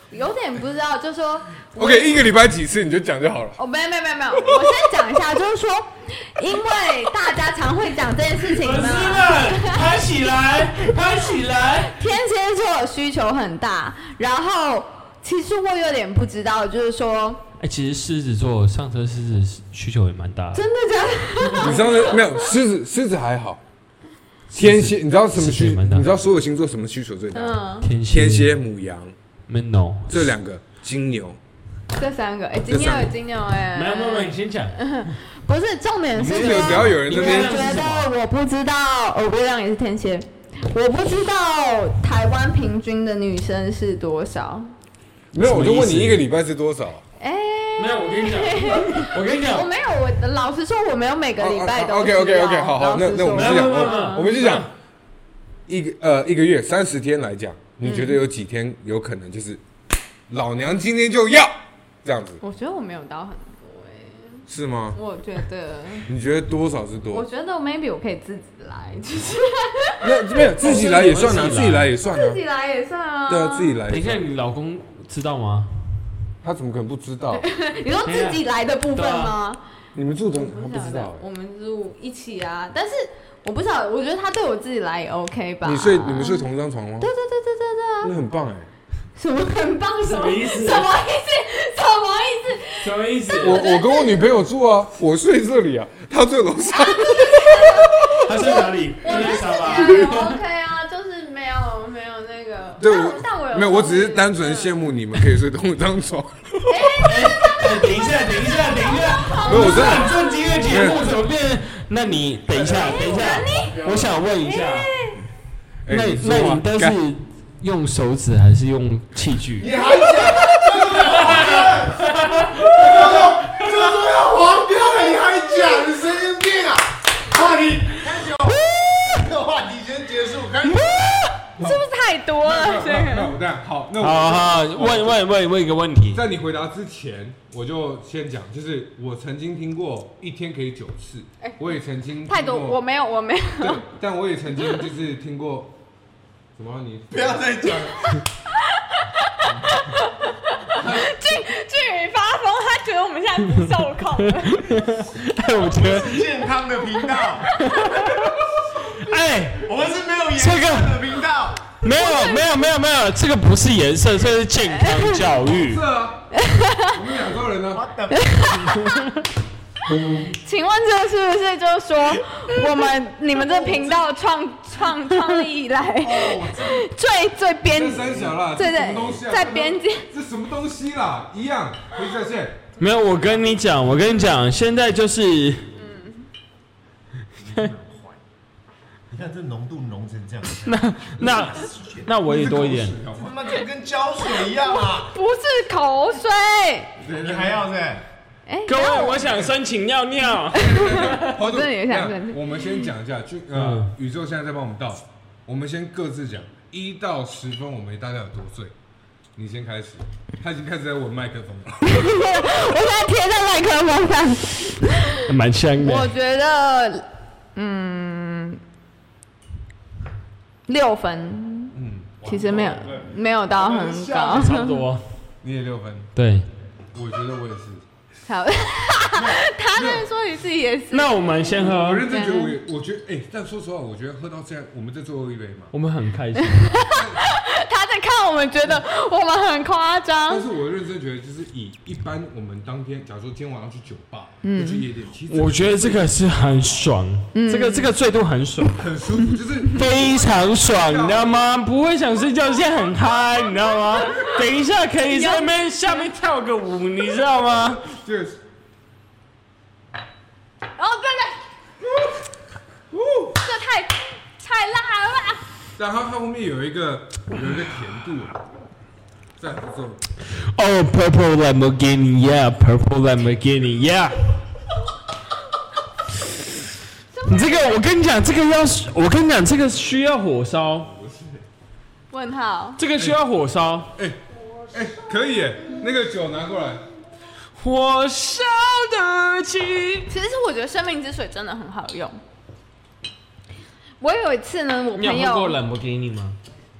有点不知道，就说 OK， 一个礼拜几次你就讲就好了。 哦，没有，我先讲一下，就是说，因为大家常会讲这件事情呢， 粉丝们拍起来，拍起来！ 天蝎座的需求很大，然后其实我有点不知道，就是说， 其实狮子座上车狮子需求也蛮大的。 真的假的？ 你上次没有狮子还好，天蝎你知道什么需？你知道所有星座什么需求最大？天蝎、牡羊、 no 这2个，金牛。 这3个，今天有金牛没有，你先讲。 不是重点是说， 只要有人这边， 我觉得我不知道，月亮也是天蝎，我不知道台湾平均的女生是多少。 没有，我就问你一个礼拜是多少？ 没有，我跟你讲， 我没有，我老实说，我没有每个礼拜都。 OK， 好，那我们就讲，我们就讲一个月30天来讲，你觉得有几天有可能就是老娘今天就要这样子？ 我觉得我没有到很多是吗？ 我觉得。 你觉得多少是多？ 我觉得 maybe 我可以自己来，就是没有自己来也算啊，自己来也算啊， 自己来也算啊。 对啊，自己来。 等一下，你老公知道吗？ 他怎么可能不知道？ 你说自己来的部分吗？ 你们住同，他不知道。 我们住一起啊，但是我不知道，我觉得他对我自己来也 OK 吧。 你们睡同一张床吗？ 对啊。 那很棒哎。 什么很棒？ 什么意思？ 我跟我女朋友住啊，我睡这里啊，她睡楼上。 她睡哪里？ 我在沙发。OK 啊，就是没有那个。 对， 但我没有，我只是单纯羡慕你们可以睡同一张床。 等一下， 没有，我真的很震惊的节目怎么变？那你等一下，我想问一下，那你都是用手指还是用器具？ 你还讲？这个都要黄标了，你还讲？你神经病啊！话题开始，这个话题先结束，开始。 是不是太多了？这个。 好， 好，问一个问题。 在你回答之前，我就先讲，就是我曾经听过1天可以9次，我也曾经太多，我没有。 对，但我也曾经就是听过。什么？你不要再讲。 俊宇发疯，他觉得我们现在不受控了。 我觉得健康的频道。我们是没有颜色的频道。 没有，这个不是颜色，这是健康教育。 是啊，我们亚洲人呢？ 请问这是不是就是说，你们这频道创立以来最边三小啦， 对，在边界， 这什么东西啦？一样，回在线。 没有，我跟你讲，现在就是， 你看这浓度浓成这样。 那我也多一点。 他妈这跟胶水一样啊！ 不是口水。 你还要是？ 各位，我想申请尿尿。 我真的也想申请。 我们先讲一下，宇宙现在在帮我们倒，我们先各自讲1到10分，我们大概有多醉。你先开始，他已经开始在闻麦克风了。 我现在贴在麦克风上， 蛮香的。 我觉得，6分，其实没有到很高， 差不多。 你也6分， 对， 我觉得我也是。 好，他在说你自己也是。 那我们先喝。 我认真觉得我觉得，但说实话，我觉得喝到这样，我们再最后一杯嘛， 我们很开心。 他在看我们，觉得我们很夸张。 但是我认真觉得，就是以一般我们当天，假如说今天晚上去酒吧，去夜店，其实我觉得这个是很爽，这个醉度很爽， 很舒服，就是非常爽，你知道吗？不会想睡觉，现在很嗨，你知道吗？等一下可以在那边下面跳个舞，你知道吗？ 就是。 这太辣了。 然后它后面有一个甜度，在不错。 Oh, purple Lamborghini, yeah, purple Lamborghini, yeah. 你这个，我跟你讲，这个需要火烧。 问号。 这个需要火烧。 可以耶，那个酒拿过来。 火烧的起。 其实我觉得生命之水真的很好用。我有一次呢，我朋友。 你有喝过兰博基尼吗？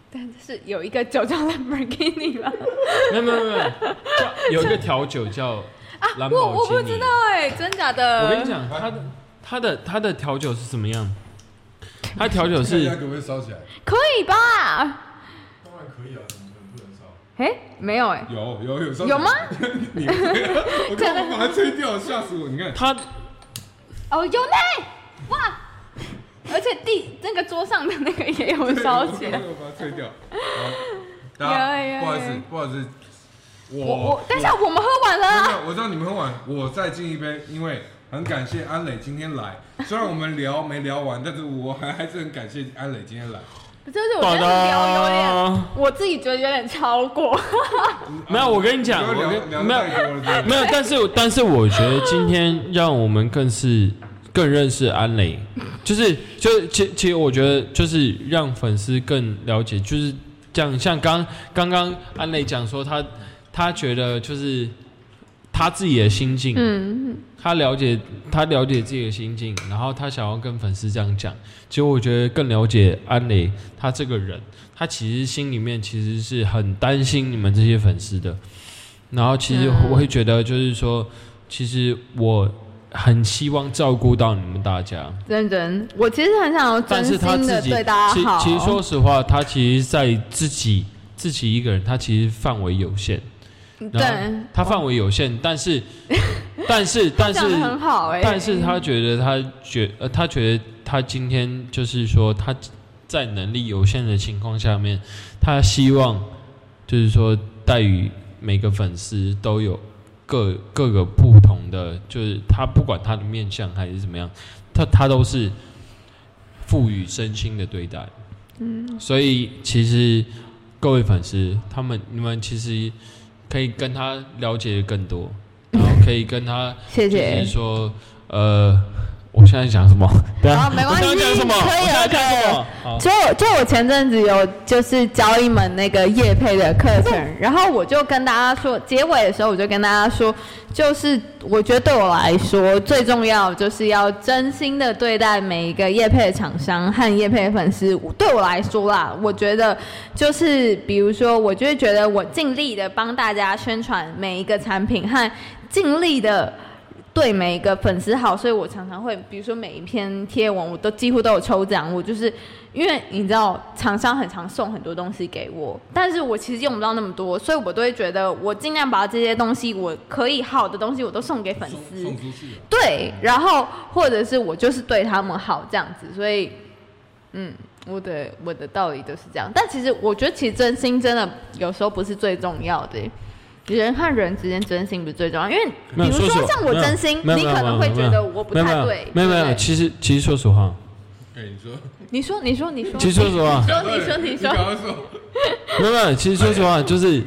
但是有一个酒叫 Lamborghini 吗？ 没有，有一个调酒叫兰博基尼。 我不知道真假的。 我跟你讲，它的调酒是怎么样？它调酒是可不可以烧起来？ 可以吧？ 当然可以啊，怎么可能不能烧？ 没有有烧有吗？ 我刚刚把它吹掉，吓死我！你看它有呢，哇！而且那个桌上的那个也有烧起来。 我把它吹掉。大家不好意思， 我等一下我们喝完了啊。 我知道你们喝完，我再敬一杯，因为很感谢安磊今天来。虽然我们没聊完，但是我还是很感谢安磊今天来。 就是我觉得聊有点，我自己觉得有点超过。 没有，我跟你讲，没有，但是我觉得今天让我们更认识安磊，其实我觉得就是让粉丝更了解，就是这样。像刚刚安磊讲说他觉得就是他自己的心境，他了解自己的心境，然后他想要跟粉丝这样讲。其实我觉得更了解安磊他这个人，他其实心里面其实是很担心你们这些粉丝的。然后其实我会觉得就是说，其实我很希望照顾到你们大家。认真，我其实很想要真心的对大家好。其实说实话，他其实在自己一个人，他其实范围有限。对，他范围有限，但是很好但是他觉得他今天就是说他在能力有限的情况下面，他希望就是说带予每个粉丝都有各个不同的，就是他不管他的面向还是怎么样，他都是赋予身心的对待。所以其实各位粉丝，你们其实可以跟他了解更多，然后可以跟他就是说我现在讲什么？好，没关系，可以了。就我前阵子有就是教一门那个业配的课程，然后我就跟大家说，结尾的时候我就跟大家说，就是我觉得对我来说最重要就是要真心的对待每一个业配的厂商和业配的粉丝。对我来说啦，我觉得就是比如说，我就会觉得我尽力的帮大家宣传每一个产品和尽力的对每一个粉丝好，所以我常常会，比如说每一篇贴文，我都几乎都有抽奖。我就是因为你知道，厂商很常送很多东西给我，但是我其实用不到那么多，所以我都会觉得我尽量把这些东西，我可以好的东西，我都送给粉丝。送出去。对，然后或者是我就是对他们好这样子，所以我的道理都是这样。但其实我觉得，其实真心真的有时候不是最重要的。人和人之间真心不是最重要，因为比如说像我真心，你可能会觉得我不太对。没有，其实说实话，你说，其实说实话，你说，没有，其实说实话就是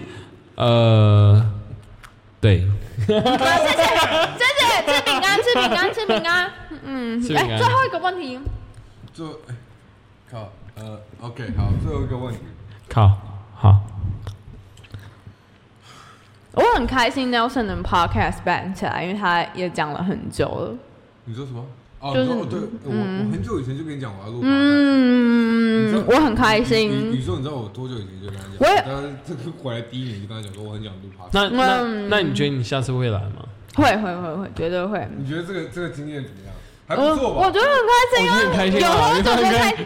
对。谢谢，吃饼干。最后一个问题。OK， 好，最后一个问题。好。我很开心 Nelson 的 podcast 办起来，因为他也讲了很久了。你说什么？就是对，我很久以前就跟你讲我要录 podcast。我很开心。你说你知道我多久以前就跟他讲？但是这个回来第一年就跟他讲说我很想录 podcast。那你觉得你下次会来吗？会，绝对会。你觉得这个经验怎么样？还不错吧？我觉得很开心啊，有喝酒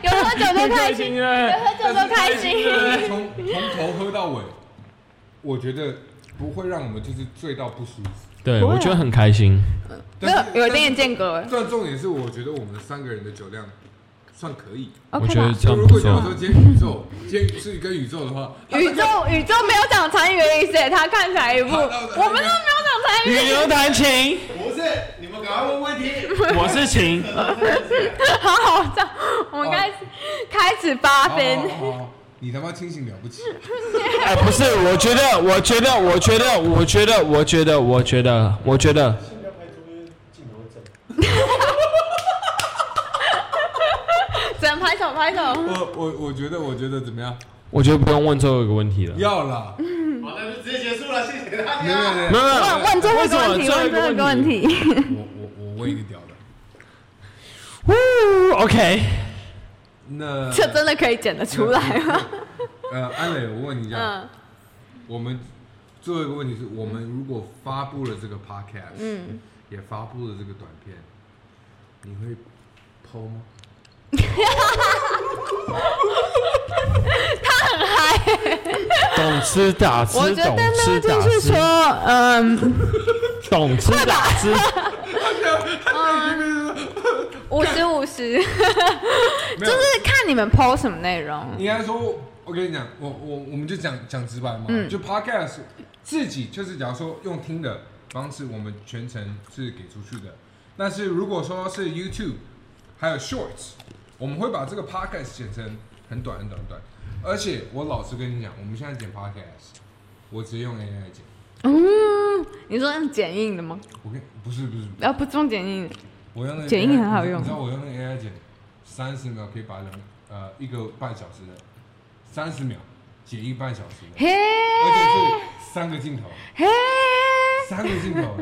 就开心，从头喝到尾，我觉得不会让我们就是醉到不舒服。对，我觉得很开心。有一点间隔。但重点是，我觉得我们3个人的酒量算可以。我觉得这样不错。如果假如说今天是跟宇宙的话，宇宙没有讲参与的意思，他看起来一副我们都没有讲参与。羽牛弹琴。不是，你们赶快问问题。我是琴。好，这样我们开始发分。你他妈清醒了不起！哎，不是，我觉得。整拍手。我觉得怎么样？我觉得不用问最后一个问题了。要啦。好，那就直接结束了，谢谢大家。没有，问最后一个问题。我问一个屌的。OK。那这真的可以剪得出来吗？ 安磊，我问你一下，我们最后一个问题是，我们如果发布了这个 podcast，也发布了这个短片，你会 po 吗？ 他很嗨， 懂吃打吃， 我觉得呢， 懂就是说， 懂吃打吃 ，50-50，就是看你们 po 什么内容。 应该说，我跟你讲，我们就讲直白嘛，就 podcast 自己就是，假如说用听的方式，我们全程是给出去的。但是如果说是 YouTube 还有 Shorts， 我们会把这个 podcast 剪成很短。而且我老实跟你讲，我们现在剪 podcast， 我直接用 AI 剪。 你说用剪映的吗？ 不是， 不用剪映的。 我用那个剪映很好用。 你知道我用那个 AI 剪，30秒可以把1个半小时的30秒剪1个半小时的，而且是3个镜头，3个镜头。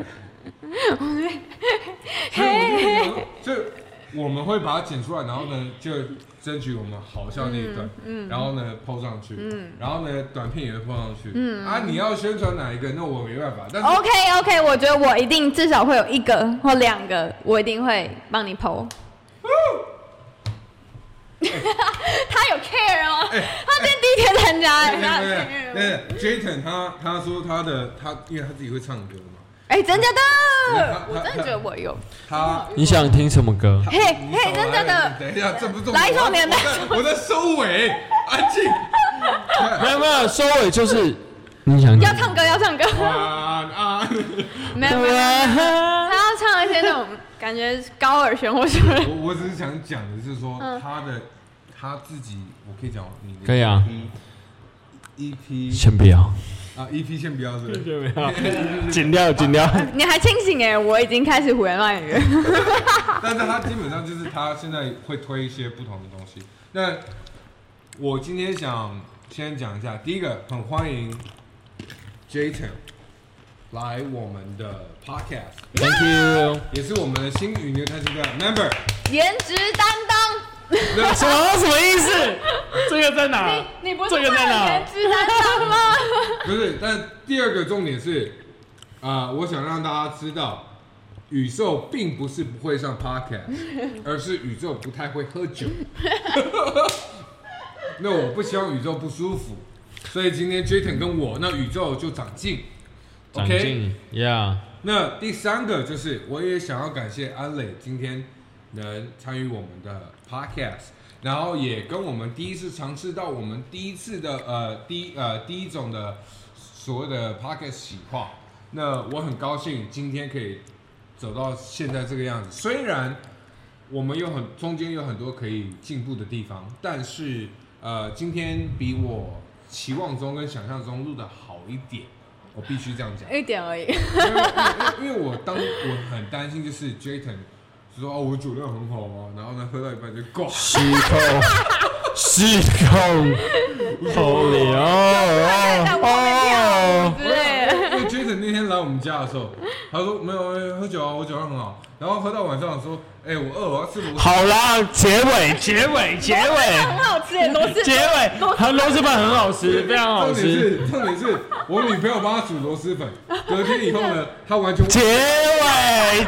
所以我们会把它剪出来，然后呢就争取我们好笑那一段，然后呢 po 上去，然后呢短片也会 po 上去。你要宣传哪一个，那我没办法。但是 OK， 我觉得我一定至少会有1个或2个，我一定会帮你 po。他有 care 哦，他今天第一天参加， 对 ，Jayton 他说他因为他自己会唱歌嘛。 真假的？我真的觉得我有。 你想听什么歌？ 嘿，真假的？ 等一下，这不是来一首年代。 我在收尾，安静。 没有，收尾就是你想要唱歌。没有，他要唱一些那种感觉高耳弦或什么。 我只是想讲的是说他自己，我可以讲你的。 可以啊。 EP 先不要。 EP 先不要是不是？ 先不要，剪掉。 你还清醒我已经开始胡言乱语。 但是他基本上就是他现在会推一些不同的东西。那我今天想先讲一下，第一个很欢迎 Jayton 来我们的 Podcast，Thank you， 也是我们的新与牛探险队 Member， 颜值担当。 什么意思？这个在哪？ 你不是颜值担当吗？ 不是，但第二个重点是，我想让大家知道，宇宙并不是不会上 podcast， 而是宇宙不太会喝酒。那我不希望宇宙不舒服，所以今天 Jayton 跟我，那宇宙就长进。 长进 ，Yeah。 那第三个就是，我也想要感谢安磊今天能参与我们的 podcast， 然后也跟我们第一次尝试到我们第一次的第一种的所谓的 podcast 企划。那我很高兴今天可以走到现在这个样子，虽然我们中间有很多可以进步的地方，但是今天比我期望中跟想象中录的好一点，我必须这样讲， 一点而已。 因为我很担心，就是 Jayton 说我酒量很好啊，然后呢喝到一半就挂失控，Holy 哦！ 因为 Jayton 那天来我们家的时候，他说没有喝酒啊，我酒量很好。然后喝到晚上说，我饿，我要吃螺蛳粉。 好啦，结尾， 很好吃耶，螺蛳粉。 结尾，他螺蛳粉很好吃，非常好吃。 重点是我女朋友帮他煮螺蛳粉，隔天以后呢，他完全结尾。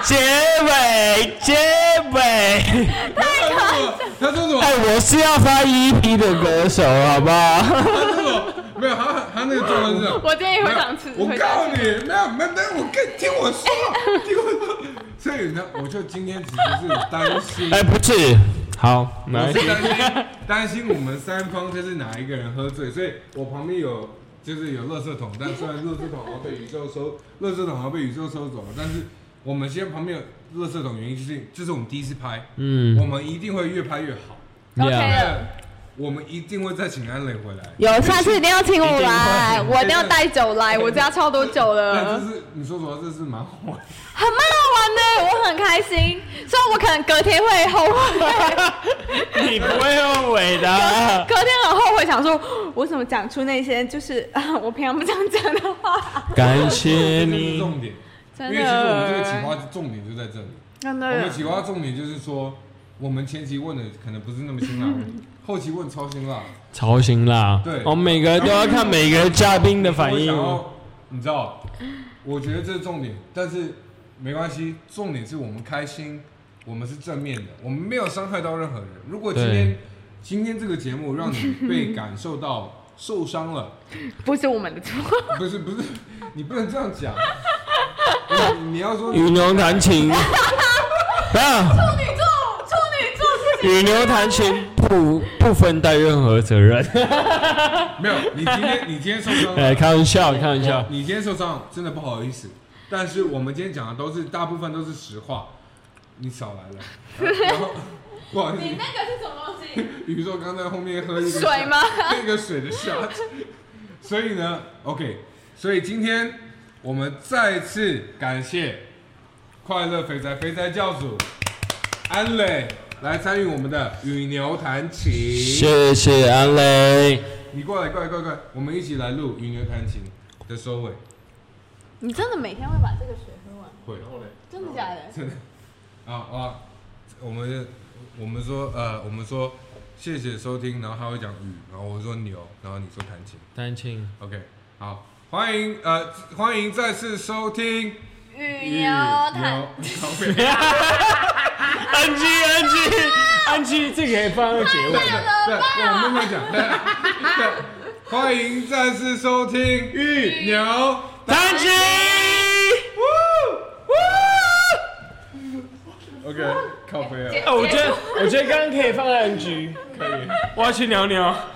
他说什么？ 我是要发 EP 的歌手，好不好？ 他说什么？没有，他那个状况是这样。 我今天也会想吃。 我告诉你，没有，听我说。所以呢，我就今天只是担心。 不是，好， 我是担心我们三方就是哪一个人喝醉，所以我旁边有垃圾桶，但虽然垃圾桶要被宇宙收走了，但是我们现在旁边有垃圾桶，原因就是我们第一次拍，我们一定会越拍越好。 OK 了。 我们一定会再请安磊回来。 有，下次一定要请我来，我一定要带酒来，我家超多酒的。 但就是你说实话，这是蛮好玩， 蛮好玩的，我很开心。虽然我可能隔天会后悔， 你不会後悔的。 隔天很后悔，想说我怎么讲出那些就是我平常不这样讲的话。 感谢你， 这是重点。 真的， 因为其实我们这个企划重点就在这里。 真的， 我们企划重点就是说，我们前期问的可能不是那么辛辣问题， 后期问超辛辣， 超辛辣。 对， 我们每个人都要看每个嘉宾的反应。 你知道，我觉得这是重点，但是没关系，重点是我们开心，我们是正面的，我们没有伤害到任何人。如果今天这个节目让你被感受到受伤了， 不是我们的错。 不是，你不能这样讲。你要说与牛弹琴， 处女座与牛弹琴不分担任何责任。 没有，你今天受伤了。 哎，开玩笑。 你今天受伤真的不好意思，但是我们今天讲的大部分都是实话，你少来了。然后不好意思， 你那个是什么东西？ 比如说刚才后面喝一个水吗？ 喝一个水的 shot。所以呢 ，OK， 所以今天我们再次感谢快乐肥宅教主安磊来参与我们的与牛弹琴。 谢谢安磊。 你过来，我们一起来录与牛弹琴的收尾。 你真的每天会把这个水喝完？ 会。 真的假的？ 真的。啊，我们说谢谢收听，然后他会讲雨，然后我说牛，然后你说弹琴。 弹琴。 OK， 好，欢迎再次收听与牛弹。 安吉，这个可以放在结尾。 对，我慢慢讲。对，欢迎再次收听与牛弹琴。 OK， 靠背啊。 我觉得刚刚可以放在 NG，可以。我要去鸟鸟。